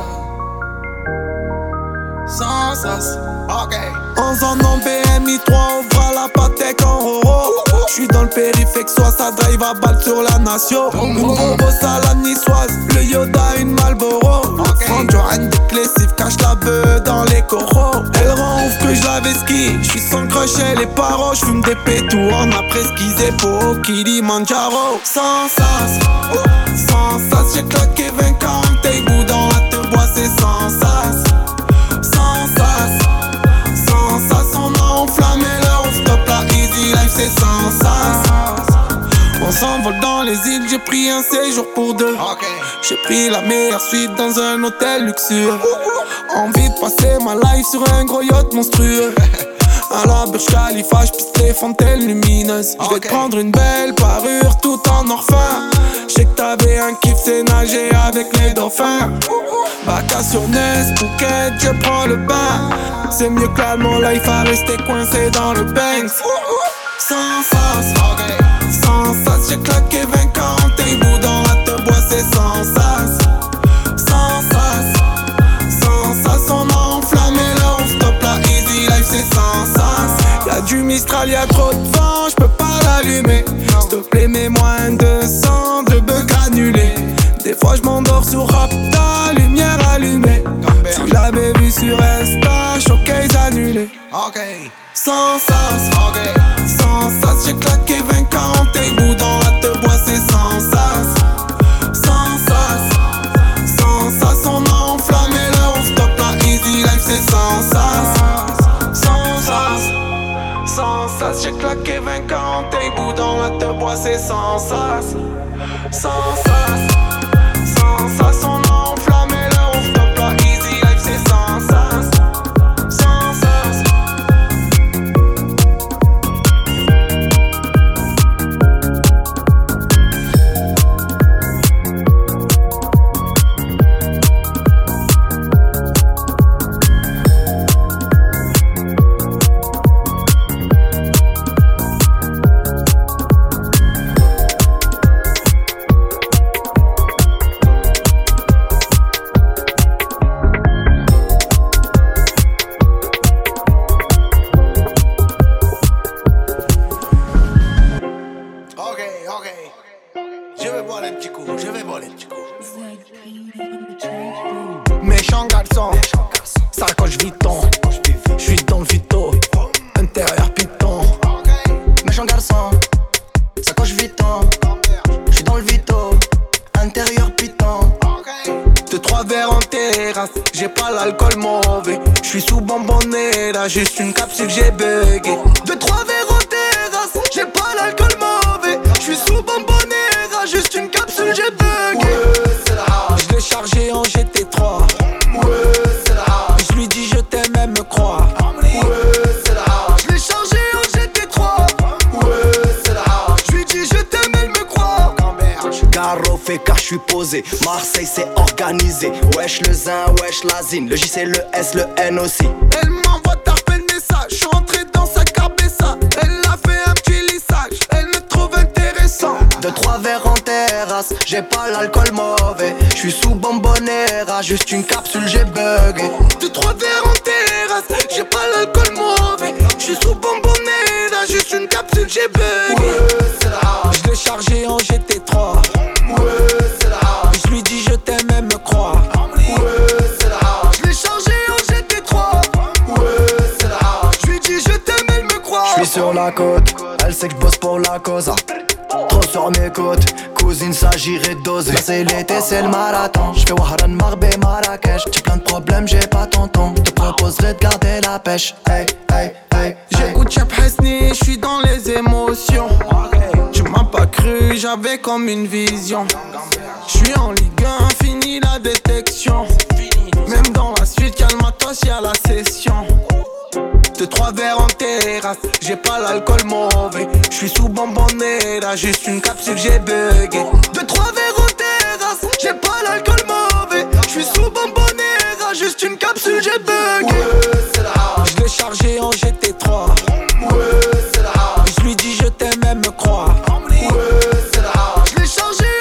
[SPEAKER 12] Sans sas. Ok. En zone en B M I trois, on fera la patek en Roro. J'suis dans le périphérique, soit ça drive à balle sur la nation. Une grosse à la niçoise, le Yoda, une Malboro. Prends du handicap, lessive, cache la beuh dans les coraux. Elle rend ouf que j'avais ski, j'suis sans crochet les paros. J'fume des pétous en après esquisé pour Kilimanjaro. Sans sas, sans sas, j'ai claqué vingt quarante égouts dans la te bois, c'est sans sas. Sans sas, sans sas, on a enflammé le rooftop, la easy life c'est sans sas. On s'envole dans les îles, j'ai pris un séjour pour deux. J'ai pris la meilleure suite dans un hôtel luxueux. Envie de passer ma life sur un gros yacht monstrueux. À la Burj Khalifa, j'piste les fontaines lumineuses. J'vais te prendre une belle parure tout en orphin. J'sais que t'avais un kiff, c'est nager avec les dauphins. Baca sur Ness, Phuket, je prends le bain. C'est mieux que l'allemand, là il faut rester coincé dans le Banks. Sans sas, sans sas, j'ai claqué vingt quarante égouts dans la te bois, c'est sans sas. Sans sas, sans sas, on a enflammé le rooftop, la easy life c'est sans sas. Y'a du Mistral, y'a trop de vent, j'peux pas l'allumer. S'te plaît, mets-moi un deux cents de bug granulé. Des fois j'm'endors sur Rapta, lumière allumée. Tu l'avais vu sur Insta, showcase annulé. Sans sas, sans sas, j'ai claqué vingt quarante égouts dans la te bois, c'est sans sas. Sans sas, sans sas, on a enflammé le rooftop, la easy life c'est sans sas. Sans sas, sans sas, j'ai claqué vingt quarante égouts dans la te bois, c'est sans sas. Sans sas. Sans sas, on a enflammé le rooftop, la easy life c'est sans sas. Sans sas. Méchant garçon, sacoche Vuitton. J'suis dans le Vito, intérieur Python.
[SPEAKER 11] Méchant garçon, sacoche Vuitton. J'suis dans le Vito, intérieur Python.
[SPEAKER 12] Deux, trois verres en terrasse, j'ai pas l'alcool mauvais. J'suis sous bonbonnera, juste une capsule, j'ai bugué.
[SPEAKER 11] Deux, trois verres en terrasse, j'ai pas l'alcool mauvais. J'suis sous bonbonnera, juste une capsule, j'ai bugué.
[SPEAKER 12] Je l'ai chargé en G T trois. Je lui dis je t'aime, elle me croit.
[SPEAKER 11] Je l'ai chargé en G T trois. Je lui dis je t'aime, elle me croit.
[SPEAKER 14] Garo fait car j'suis posé. Marseille c'est organisé. Wesh le zin, wesh la zine. Le J c'est le S, le N aussi.
[SPEAKER 12] Elle m'envoie taper le message. J'suis rentré dans sa cabessa. Elle a fait un petit lissage. Elle me trouve intéressant.
[SPEAKER 11] Deux, trois verres en terrasse, j'ai pas l'alcool mauvais. J'suis sous bonbonnera, juste une capsule, j'ai bugué.
[SPEAKER 12] Deux, trois verres en terrasse, j'ai pas l'alcool mauvais. J'suis sous bonbonnera, juste une capsule, j'ai bugué. Je l'ai chargé en G T trois. Je lui dis je t'aime, elle me croit.
[SPEAKER 11] Je l'ai chargé en G T trois. Je lui dis je t'aime, elle me croit.
[SPEAKER 14] J'suis sur la côte, elle sait que j'bosse pour la cause. Trop sur mes côtes, cousine s'agirait de doser. Là c'est l'été, c'est le marathon. J'fais Wahran, Marbé, Marrakech. J'ai plein de problèmes, j'ai pas ton ton. Te proposerais de garder la pêche. Hey, hey, hey,
[SPEAKER 12] j'écoute Chap Hasni, j'suis dans les émotions. Tu m'as pas cru, j'avais comme une vision. J'suis en Ligue un, fini la détection. Même dans la suite, y'a le matos, y'a la session. Deux, trois verres en terrasse, j'ai pas l'alcool mauvais. J'suis sous bonbonnera, juste une capsule, j'ai bugué.
[SPEAKER 11] Deux, trois verres en terrasse, j'ai pas l'alcool mauvais. J'suis sous bonbonnera, juste une capsule, j'ai bugué.
[SPEAKER 12] Je l'ai chargé en G T trois. Je lui dis je t'aime, elle me croit.
[SPEAKER 11] Je l'ai chargé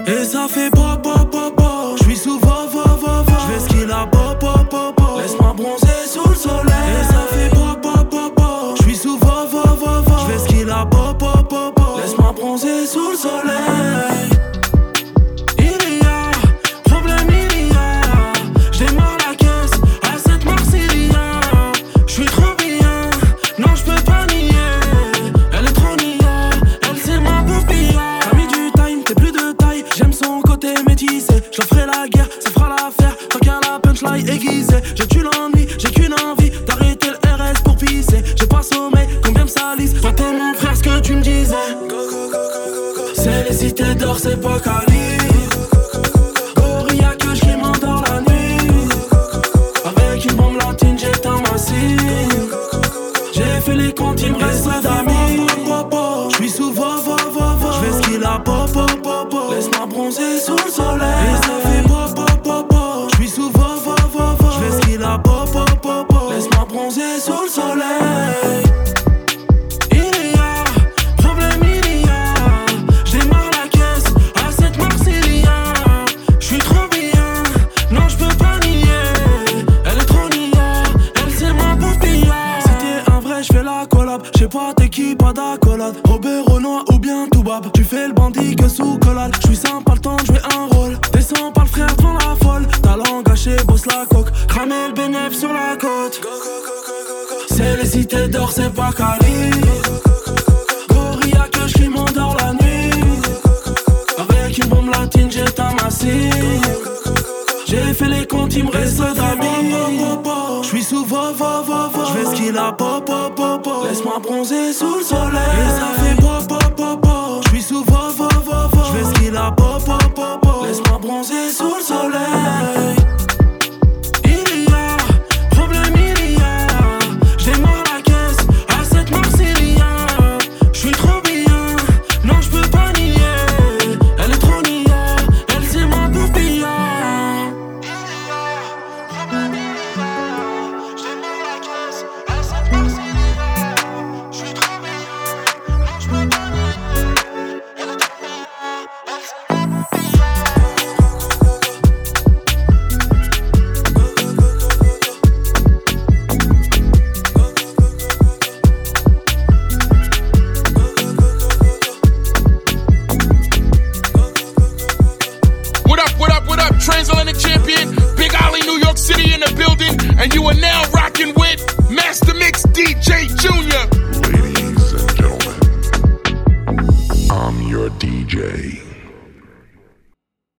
[SPEAKER 13] Et ça fait pop pop pop pop. J'suis sous va va va va. J'fais ce qu'il a pop pop pop pop. Laisse-moi bronzer sous le soleil. Et ça fait pop pop pop pop. J'suis sous va va va va. J'fais ce qu'il a pop pop pop pop. Laisse-moi bronzer sous le soleil. Il y a problème, il y a. J'démarre la caisse à cette Marseillais. J'suis trop bien, non j'peux pas nier. Elle est trop nia, elle c'est ma poupille. T'as mis du time, t'es plus de taille. J'aime son côté métissé. J'en ferai la guerre, ça fera l'affaire. Tant qu'à la punchline aiguisée. Je tue l'ennui, j'ai qu'une envie d'arrêter le R S pour pisser. J'ai pas sommeil, combien me salisse. Toi t'es mon frère, ce que tu me disais. C'est les cités d'or, c'est pas Cali. Gorilla que je m'endors la nuit. Avec une bombe latine, j'ai un massif. J'ai fait les comptes, il me reste d'amis. J'suis sous va va va va. J'fais ce qu'il a pop pop pop pop. Laisse-moi bronzer sous le soleil. Et ça fait pop pop pop pop. J'suis sous va va va va. J'fais ce qu'il a pop pop pop pop. Laisse-moi bronzer sous le soleil. Il y a problème, il y a. J'démarre la caisse à cette Marseillais. J'suis trop bien, non j'peux pas nier. Elle est trop nia, elle c'est ma poupille. C'était un vrai, j'fais la collab. J'sais pas t'es qui, pas d'accolade. Robert Renoir ou bien Toubab. Tu fais le bandit que sous collade. J'suis simple, pas le temps de jouer un rôle. Descends pas le frère devant la folle. Talent gâché, bosse la coque. Cramer le bénéf sur la côte. C'est les cités d'or, c'est pas Cali. Gorilla que j'crie m'endors la nuit. Avec une bombe latine, j'ai un massif. J'ai fait les comptes, il me reste d'amis. J'suis sous va va va va. J'fais ce qu'il a pop pop pop pop. Laisse-moi bronzer sous le soleil. Et ça fait